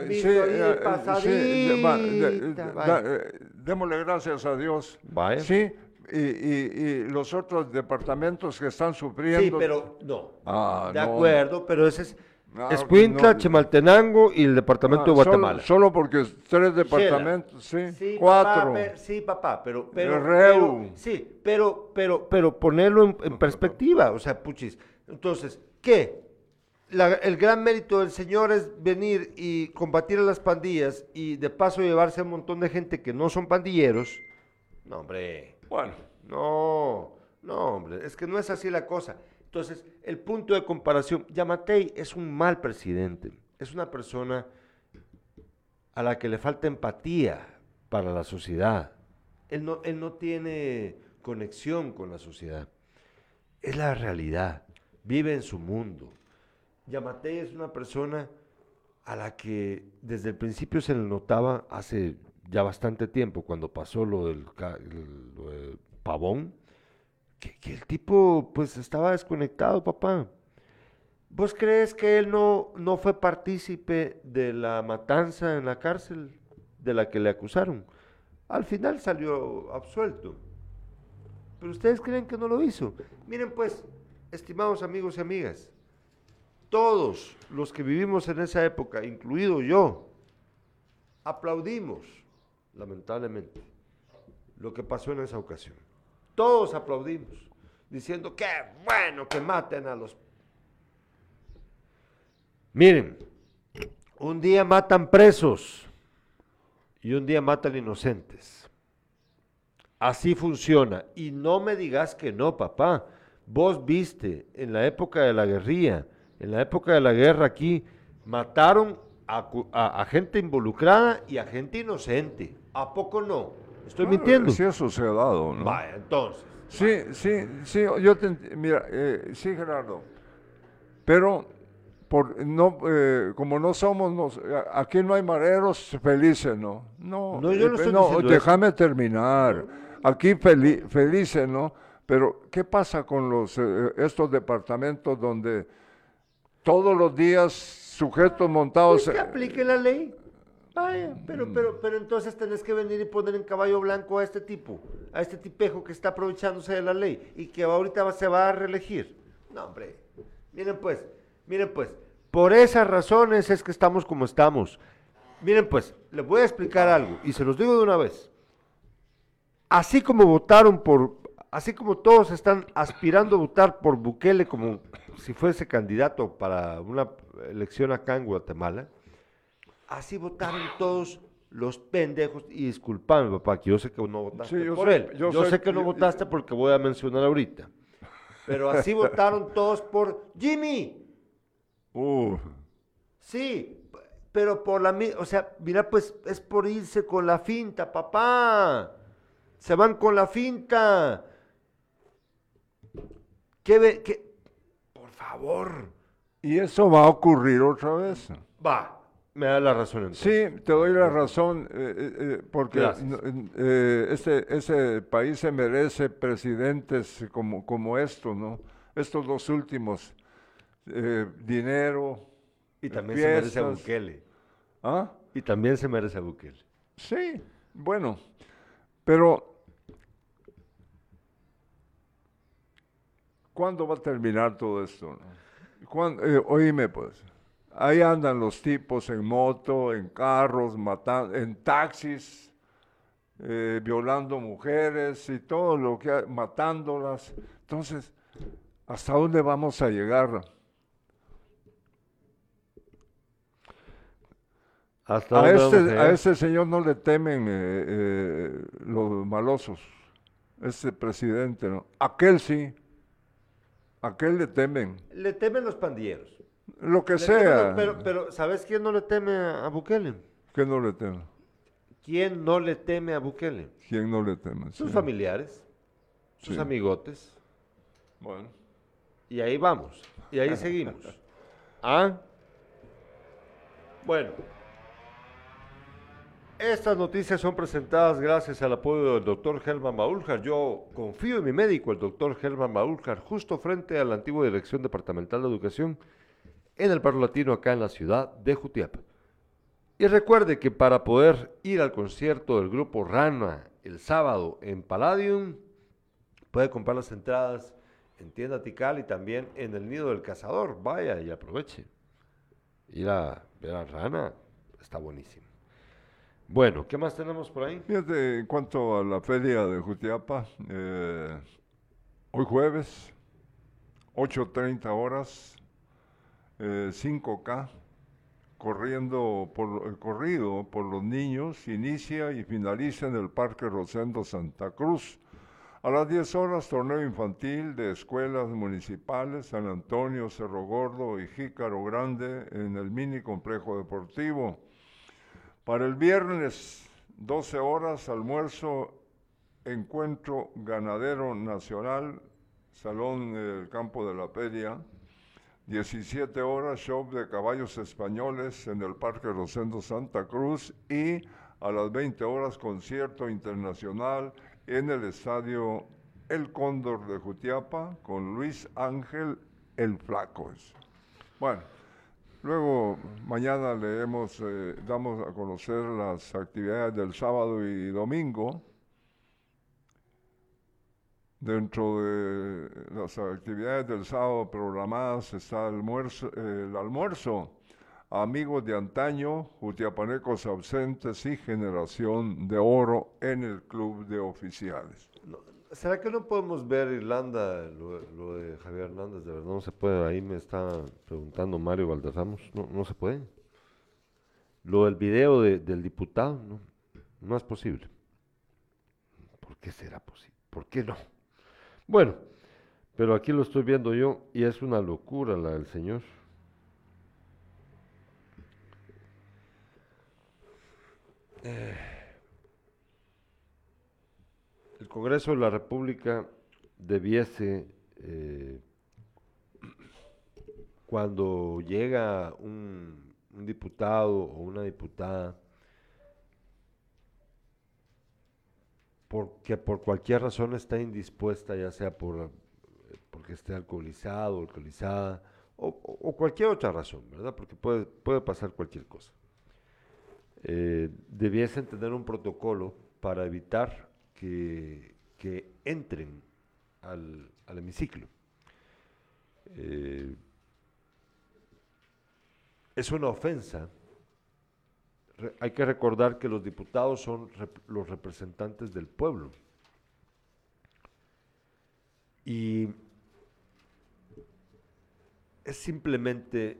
démosle gracias a Dios. Vaya. Sí, y los otros departamentos que están sufriendo. Sí, pero no. De acuerdo, pero ese es Escuintla, Chimaltenango y el departamento de Guatemala. Solo porque 3 departamentos, sí 4. Papá, pero ponerlo en perspectiva, o sea, puchis. Entonces, ¿qué? el gran mérito del señor es venir y combatir a las pandillas y de paso llevarse a un montón de gente que no son pandilleros. No, hombre. Bueno. No, hombre, es que no es así la cosa. Entonces, el punto de comparación, Yamatei es un mal presidente, es una persona a la que le falta empatía para la sociedad. Él no tiene conexión con la sociedad. Es la realidad, vive en su mundo. Yamatei es una persona a la que desde el principio se le notaba hace ya bastante tiempo, cuando pasó lo del Pavón, que el tipo pues estaba desconectado, papá. ¿Vos crees que él no fue partícipe de la matanza en la cárcel de la que le acusaron? Al final salió absuelto. ¿Pero ustedes creen que no lo hizo? Miren pues, estimados amigos y amigas, todos los que vivimos en esa época, incluido yo, aplaudimos, lamentablemente, lo que pasó en esa ocasión. Todos aplaudimos, diciendo que bueno que maten a los... Miren, un día matan presos y un día matan inocentes. Así funciona. Y no me digas que no, papá. Vos viste en la época de la guerrilla, en la época de la guerra aquí, mataron a gente involucrada y a gente inocente. ¿A poco no? ¿Estoy mintiendo? Sí, eso se ha dado, ¿no? Vaya, entonces. Sí, mira, sí, Gerardo, pero como no somos, aquí no hay mareros felices, ¿no? No, yo no estoy diciendo déjame terminar. Aquí felices, ¿no? Pero, ¿qué pasa con estos departamentos donde todos los días sujetos montados... Pues que aplique la ley. Vaya, pero entonces tenés que venir y poner en caballo blanco a este tipo, a este tipejo que está aprovechándose de la ley y que ahorita se va a reelegir. No, hombre, miren pues, por esas razones es que estamos como estamos. Miren pues, les voy a explicar algo y se los digo de una vez. Así como todos están aspirando a votar por Bukele como si fuese candidato para una elección acá en Guatemala, así votaron todos los pendejos, y disculpame, papá, que yo sé que no votaste por él. Yo sé que no votaste porque voy a mencionar ahorita. Pero así votaron todos por Jimmy. Sí, pero por o sea, mira, pues es por irse con la finta, papá. Se van con la finta. Por favor. ¿Y eso va a ocurrir otra vez? Va. Me da la razón entonces. Sí, te doy la razón, porque ese país se merece presidentes como estos, ¿no? Estos dos últimos, dinero, y también fiestas. Se merece a Bukele. ¿Ah? Y también se merece a Bukele. Sí, bueno, pero ¿cuándo va a terminar todo esto? Oíme pues. Ahí andan los tipos en moto, en carros, en taxis, violando mujeres y todo lo que matándolas. Entonces, ¿hasta dónde vamos a llegar? A este señor no le temen los malosos, este presidente, ¿no? Aquel sí, aquel le temen. Le temen los pandilleros. Lo que sea. Pero ¿sabes quién no le teme a Bukele? ¿Quién no le teme? ¿Quién no le teme a Bukele? ¿Quién no le teme? Sus familiares, sus amigotes. Bueno. Y ahí vamos, y ahí seguimos. ¿Ah? Bueno. Estas noticias son presentadas gracias al apoyo del doctor Germán Maúljar. Yo confío en mi médico, el doctor Germán Maúljar, justo frente a la antigua Dirección Departamental de Educación en el Barrio Latino, acá en la ciudad de Jutiapa. Y recuerde que para poder ir al concierto del grupo Rana el sábado en Palladium, puede comprar las entradas en Tienda Tikal y también en el Nido del Cazador. Vaya y aproveche. Ir a ver a Rana está buenísimo. Bueno, ¿qué más tenemos por ahí? Fíjate, en cuanto a la feria de Jutiapa, hoy jueves, 8:30 horas, 5K, corrido por los niños, inicia y finaliza en el Parque Rosendo Santa Cruz. A las 10 horas, torneo infantil de escuelas municipales, San Antonio, Cerro Gordo y Jícaro Grande en el mini complejo deportivo. Para el viernes, 12 horas, almuerzo, encuentro ganadero nacional, Salón del Campo de la Feria. 17 horas, show de caballos españoles en el Parque Rosendo Santa Cruz, y a las 20 horas, concierto internacional en el Estadio El Cóndor de Jutiapa con Luis Ángel el Flaco. Bueno, luego mañana damos a conocer las actividades del sábado y domingo. Dentro de las actividades del sábado programadas está el almuerzo, amigos de antaño, jutiapanecos ausentes y generación de oro en el club de oficiales. ¿Será que no podemos ver, Irlanda, lo de Javier Hernández? De verdad no se puede. Ahí me está preguntando Mario Valderramos. No se puede. Lo del video del diputado, no es posible. ¿Por qué será posible? ¿Por qué no? Bueno, pero aquí lo estoy viendo yo y es una locura la del señor. El Congreso de la República debiese, cuando llega un diputado o una diputada, porque por cualquier razón está indispuesta, ya sea porque esté alcoholizado, alcoholizada, o cualquier otra razón, ¿verdad? Porque puede pasar cualquier cosa. Debiesen tener un protocolo para evitar que entren al hemiciclo. Es una ofensa. Hay que recordar que los diputados son los representantes del pueblo. Y es simplemente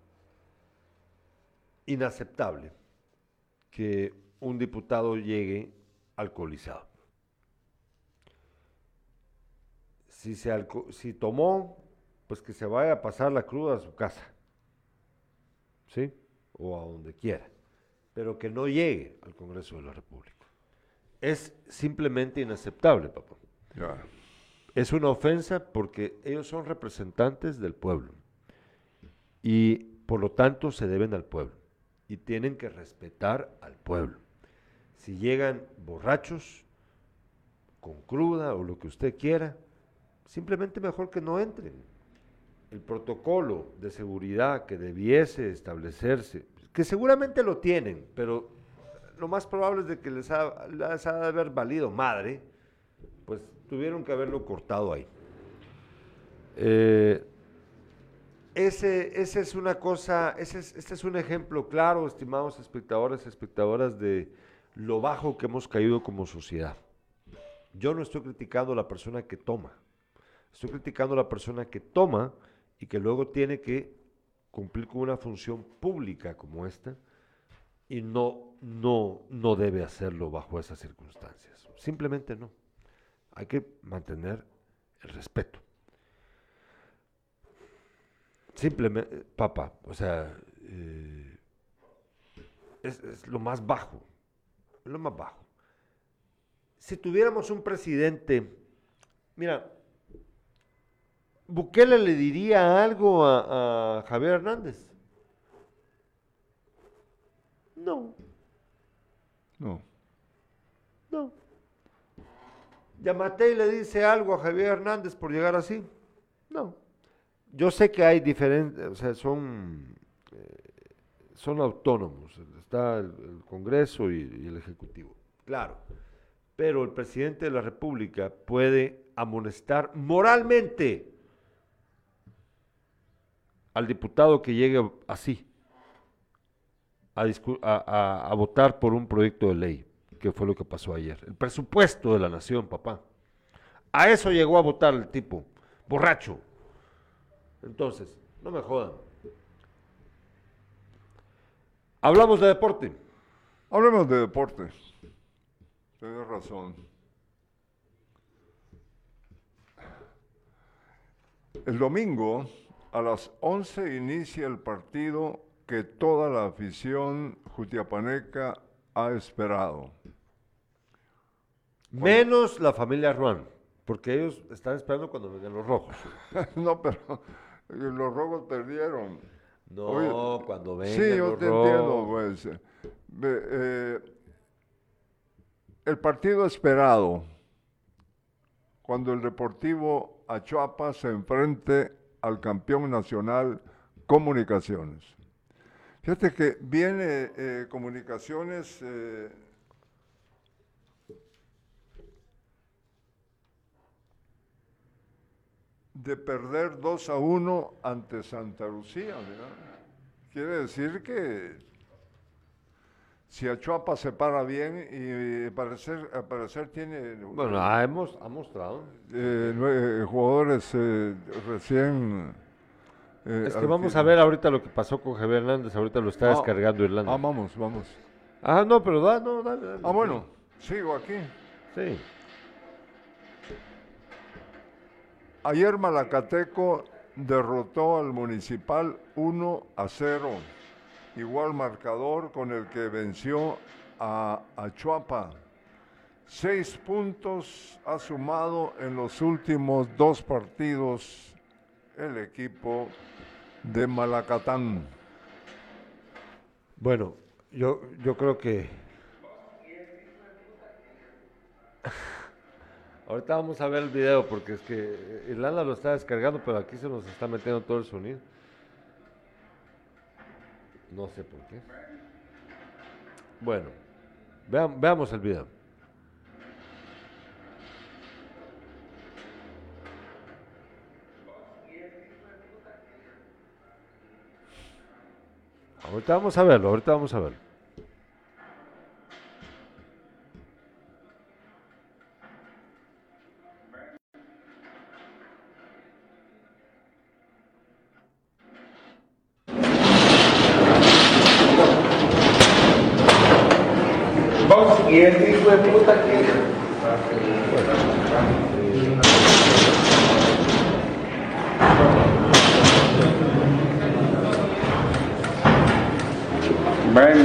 inaceptable que un diputado llegue alcoholizado. Si tomó, pues que se vaya a pasar la cruda a su casa, ¿sí? O a donde quiera, pero que no llegue al Congreso de la República. Es simplemente inaceptable, papá. Ya. Es una ofensa porque ellos son representantes del pueblo y por lo tanto se deben al pueblo y tienen que respetar al pueblo. Si llegan borrachos, con cruda o lo que usted quiera, simplemente mejor que no entren. El protocolo de seguridad que debiese establecerse, que seguramente lo tienen, pero lo más probable es de que les ha de haber valido madre, pues tuvieron que haberlo cortado ahí. Ese es una cosa, este es un ejemplo claro, estimados espectadores, espectadoras, de lo bajo que hemos caído como sociedad. Yo no estoy criticando a la persona que toma, estoy criticando a la persona que toma y que luego tiene que cumplir con una función pública como esta y no debe hacerlo bajo esas circunstancias. Simplemente no. Hay que mantener el respeto. Simplemente, papá, o sea, es lo más bajo, es lo más bajo. Si tuviéramos un presidente, mira, Bukele le diría algo a Javier Hernández. No. Yamatei le dice algo a Javier Hernández por llegar así. No. Yo sé que hay diferentes, o sea, son autónomos. Está el Congreso y el Ejecutivo. Claro. Pero el presidente de la República puede amonestar moralmente al diputado que llegue así a votar por un proyecto de ley, que fue lo que pasó ayer. El presupuesto de la nación, papá. A eso llegó a votar el tipo, borracho. Entonces, no me jodan. Hablamos de deporte. Hablemos de deporte. Tienes razón. El domingo a las 11 inicia el partido que toda la afición jutiapaneca ha esperado. Menos la familia Ruan, porque ellos están esperando cuando vengan los rojos. No, pero los rojos perdieron. No, Oye, cuando vengan sí, yo los te rojos. entiendo, pues. El partido esperado, cuando el Deportivo Achuapa se enfrente al campeón nacional Comunicaciones. Fíjate que viene Comunicaciones de perder 2-1 ante Santa Lucía, ¿verdad? Quiere decir que si Achuapa se para bien y al parecer tiene Bueno, ha mostrado. jugadores recién... Es que vamos a ver ahorita lo que pasó con Javier Hernández, ahorita lo está descargando Irlanda. Vamos. No, pero dale. Bueno, sigo aquí. Sí. Ayer Malacateco derrotó al Municipal 1-0, igual marcador con el que venció a Achuapa. 6 puntos ha sumado en los últimos 2 partidos el equipo de Malacatán. Bueno, yo creo que... Ahorita vamos a ver el video porque es que Irlanda lo está descargando, pero aquí se nos está metiendo todo el sonido. No sé por qué. Bueno, veamos el video. Ahorita vamos a verlo. Y este hijo de puta que... Bueno.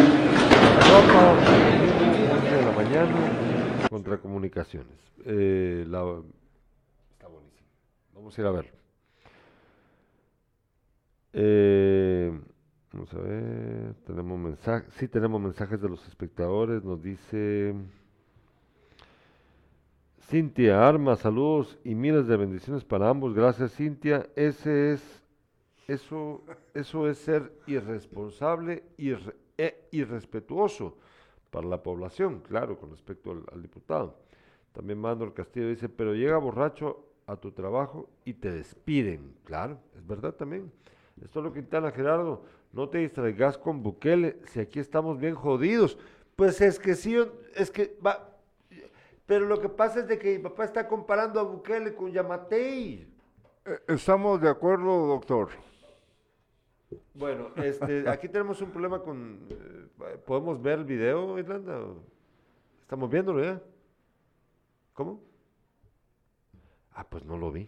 De la mañana contra Comunicaciones. Está buenísimo. Vamos a ir a verlo. Vamos a ver, tenemos mensajes, sí tenemos mensajes de los espectadores, nos dice Cintia Arma, saludos y miles de bendiciones para ambos, gracias Cintia, eso es ser irresponsable e irrespetuoso para la población, claro, con respecto al diputado. También Manuel Castillo dice, pero llega borracho a tu trabajo y te despiden, claro, es verdad también. Esto es lo que Quintana Gerardo, no te distraigas con Bukele, si aquí estamos bien jodidos. Pues es que sí, es que va, pero lo que pasa es de que mi papá está comparando a Bukele con Yamatei. Estamos de acuerdo, doctor. Bueno, aquí tenemos un problema con, ¿podemos ver el video, Irlanda? ¿Estamos viéndolo ya? ¿Cómo? Pues no lo vi.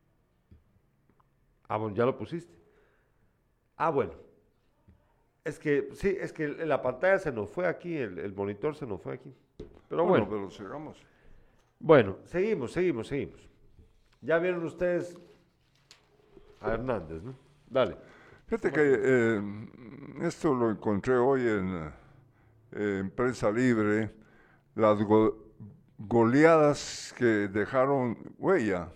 Bueno, ya lo pusiste. Bueno. Es que, sí, es que la pantalla se nos fue aquí, el monitor se nos fue aquí. Pero bueno. Pero sigamos. Bueno, seguimos. Ya vieron ustedes a Hernández, ¿no? Dale. Fíjate que esto lo encontré hoy en Prensa Libre, las goleadas que dejaron huella.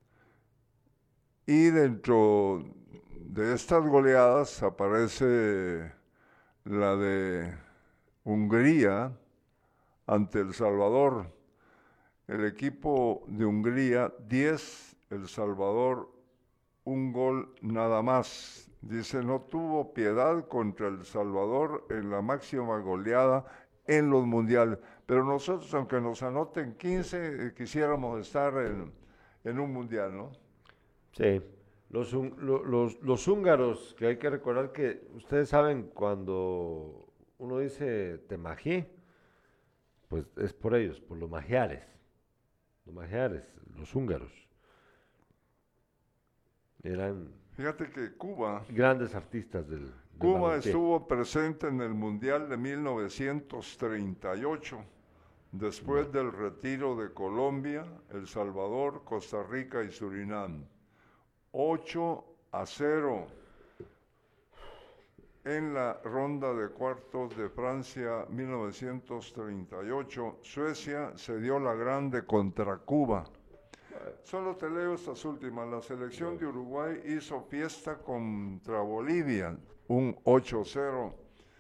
Y dentro de estas goleadas aparece la de Hungría ante El Salvador. El equipo de Hungría, 10, El Salvador, 1 gol nada más. Dice, no tuvo piedad contra El Salvador en la máxima goleada en los mundiales. Pero nosotros, aunque nos anoten 15, quisiéramos estar en un mundial, ¿no? Sí. Los húngaros, que hay que recordar que ustedes saben cuando uno dice Temají, pues es por ellos, por los magiares, los húngaros. Eran Fíjate que Cuba grandes artistas del Cuba balompié. estuvo presente en el Mundial de 1938, después del retiro de Colombia, El Salvador, Costa Rica y Surinam. 8-0 en la ronda de cuartos de Francia 1938. Suecia se dio la grande contra Cuba. Solo te leo estas últimas. La selección de Uruguay hizo fiesta contra Bolivia, un 8-0.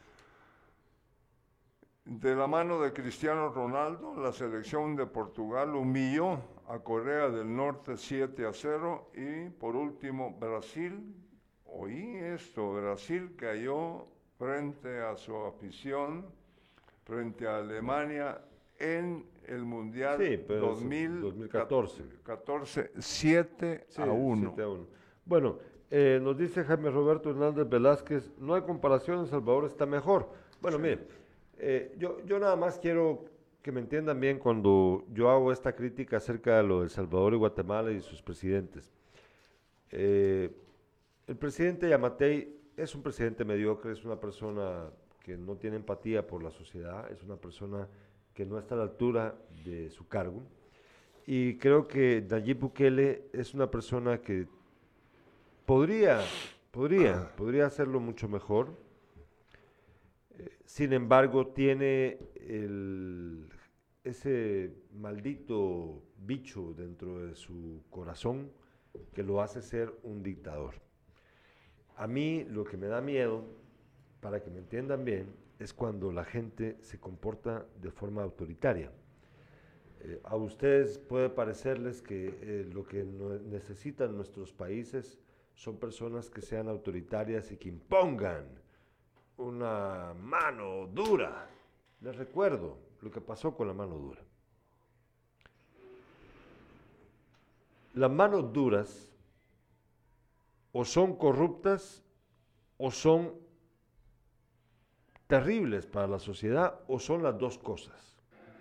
De la mano de Cristiano Ronaldo, la selección de Portugal humilló a Corea del Norte 7-0. Y por último, Brasil, oí esto, Brasil cayó frente a su afición, frente a Alemania en el Mundial Sí, pero 2014, 7-1. 7-1. Bueno, nos dice Jaime Roberto Hernández Velázquez, no hay comparación, El Salvador está mejor. Bueno, Sí. mire, yo nada más quiero que me entiendan bien cuando yo hago esta crítica acerca de lo de El Salvador y Guatemala y sus presidentes. El presidente Yamatei es un presidente mediocre, es una persona que no tiene empatía por la sociedad, es una persona que no está a la altura de su cargo. Y creo que Nayib Bukele es una persona que podría hacerlo mucho mejor. Sin embargo, tiene ese maldito bicho dentro de su corazón que lo hace ser un dictador. A mí lo que me da miedo, para que me entiendan bien, es cuando la gente se comporta de forma autoritaria. A ustedes puede parecerles que lo que necesitan nuestros países son personas que sean autoritarias y que impongan una mano dura. Les recuerdo lo que pasó con la mano dura. Las manos duras o son corruptas o son terribles para la sociedad o son las dos cosas.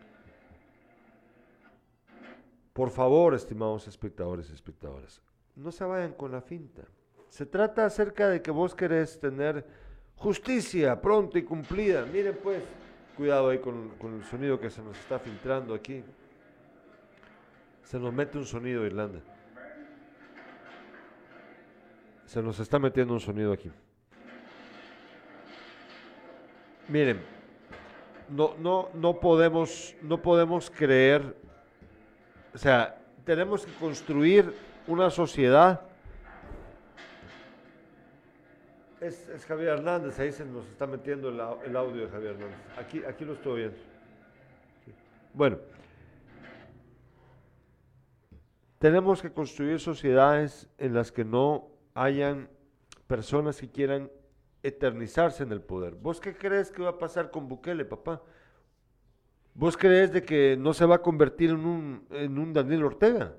Por favor, estimados espectadores y espectadoras, no se vayan con la finta. Se trata acerca de que vos querés tener justicia pronta y cumplida. Miren pues, cuidado ahí con el sonido que se nos está filtrando aquí. Se nos mete un sonido, Irlanda. Se nos está metiendo un sonido aquí. Miren, no podemos creer, o sea, tenemos que construir una sociedad. Es Javier Hernández, ahí se nos está metiendo el audio de Javier Hernández. Aquí lo estoy viendo. Bueno, tenemos que construir sociedades en las que no hayan personas que quieran eternizarse en el poder. ¿Vos qué crees que va a pasar con Bukele, papá? ¿Vos crees de que no se va a convertir en un Daniel Ortega?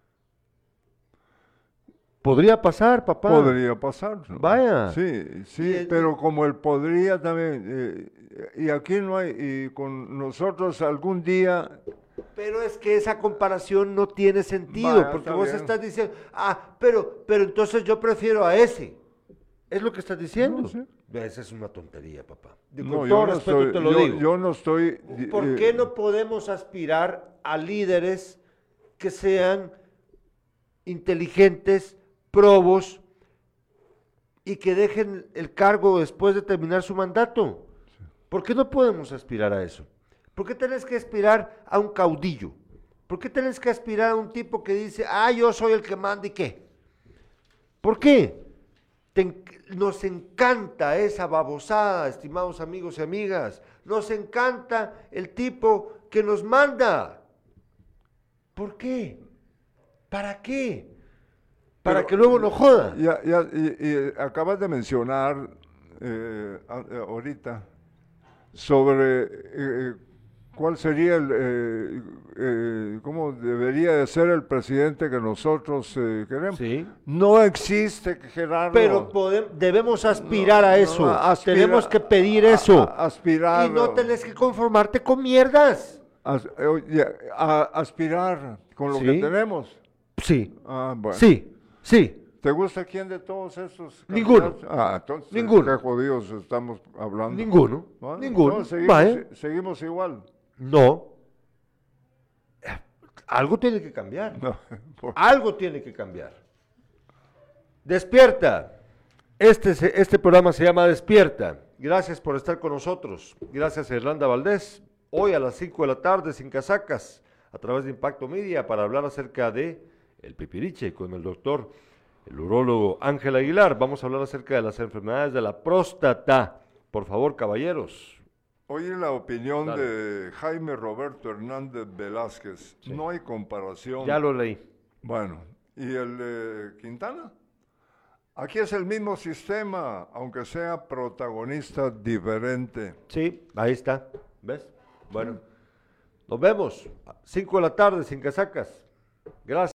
Podría pasar, papá. Podría pasar, ¿no? Vaya. Sí, pero como él podría también, y aquí no hay, y con nosotros algún día... Pero es que esa comparación no tiene sentido, Vaya, porque está vos bien. estás diciendo, pero entonces yo prefiero a ese. ¿Es lo que estás diciendo? No, sí. Esa es una tontería, papá. Con No, todo yo no respeto estoy, te lo digo. yo no estoy... ¿Por qué no podemos aspirar a líderes que sean inteligentes, probos y que dejen el cargo después de terminar su mandato? ¿Por qué no podemos aspirar a eso? ¿Por qué tenés que aspirar a un caudillo? ¿Por qué tenés que aspirar a un tipo que dice, yo soy el que manda y qué? ¿Por qué? Nos encanta esa babosada, estimados amigos y amigas. Nos encanta el tipo que nos manda. ¿Por qué? ¿Para qué? Para que luego no joda. Y acabas de mencionar ahorita sobre ¿Cuál sería cómo debería de ser el presidente que nosotros queremos? Sí. No existe, Gerardo. Pero debemos aspirar a eso. Tenemos que pedir eso. Aspirar. Y no tenés que conformarte con mierdas. Aspirar con lo que tenemos. Sí. Bueno. Sí. ¿Te gusta quién de todos esos? Ninguno. Entonces, Ninguno. ¿qué jodidos estamos hablando? Ninguno. ¿No? Ninguno. No, seguimos igual. No. Algo tiene que cambiar. No, Algo tiene que cambiar. Despierta. Este programa se llama Despierta. Gracias por estar con nosotros. Gracias a Irlanda Valdés. Hoy a las 5 de la tarde, sin casacas, a través de Impacto Media, para hablar acerca de el pipiriche con el doctor, el urólogo Ángel Aguilar. Vamos a hablar acerca de las enfermedades de la próstata. Por favor, caballeros. Oye, la opinión Dale. de Jaime Roberto Hernández Velázquez. Sí. No hay comparación. Ya lo leí. Bueno, ¿y el de Quintana? Aquí es el mismo sistema, aunque sea protagonista diferente. Sí, ahí está. ¿Ves? Bueno, nos vemos. 5 de la tarde, sin casacas. Gracias.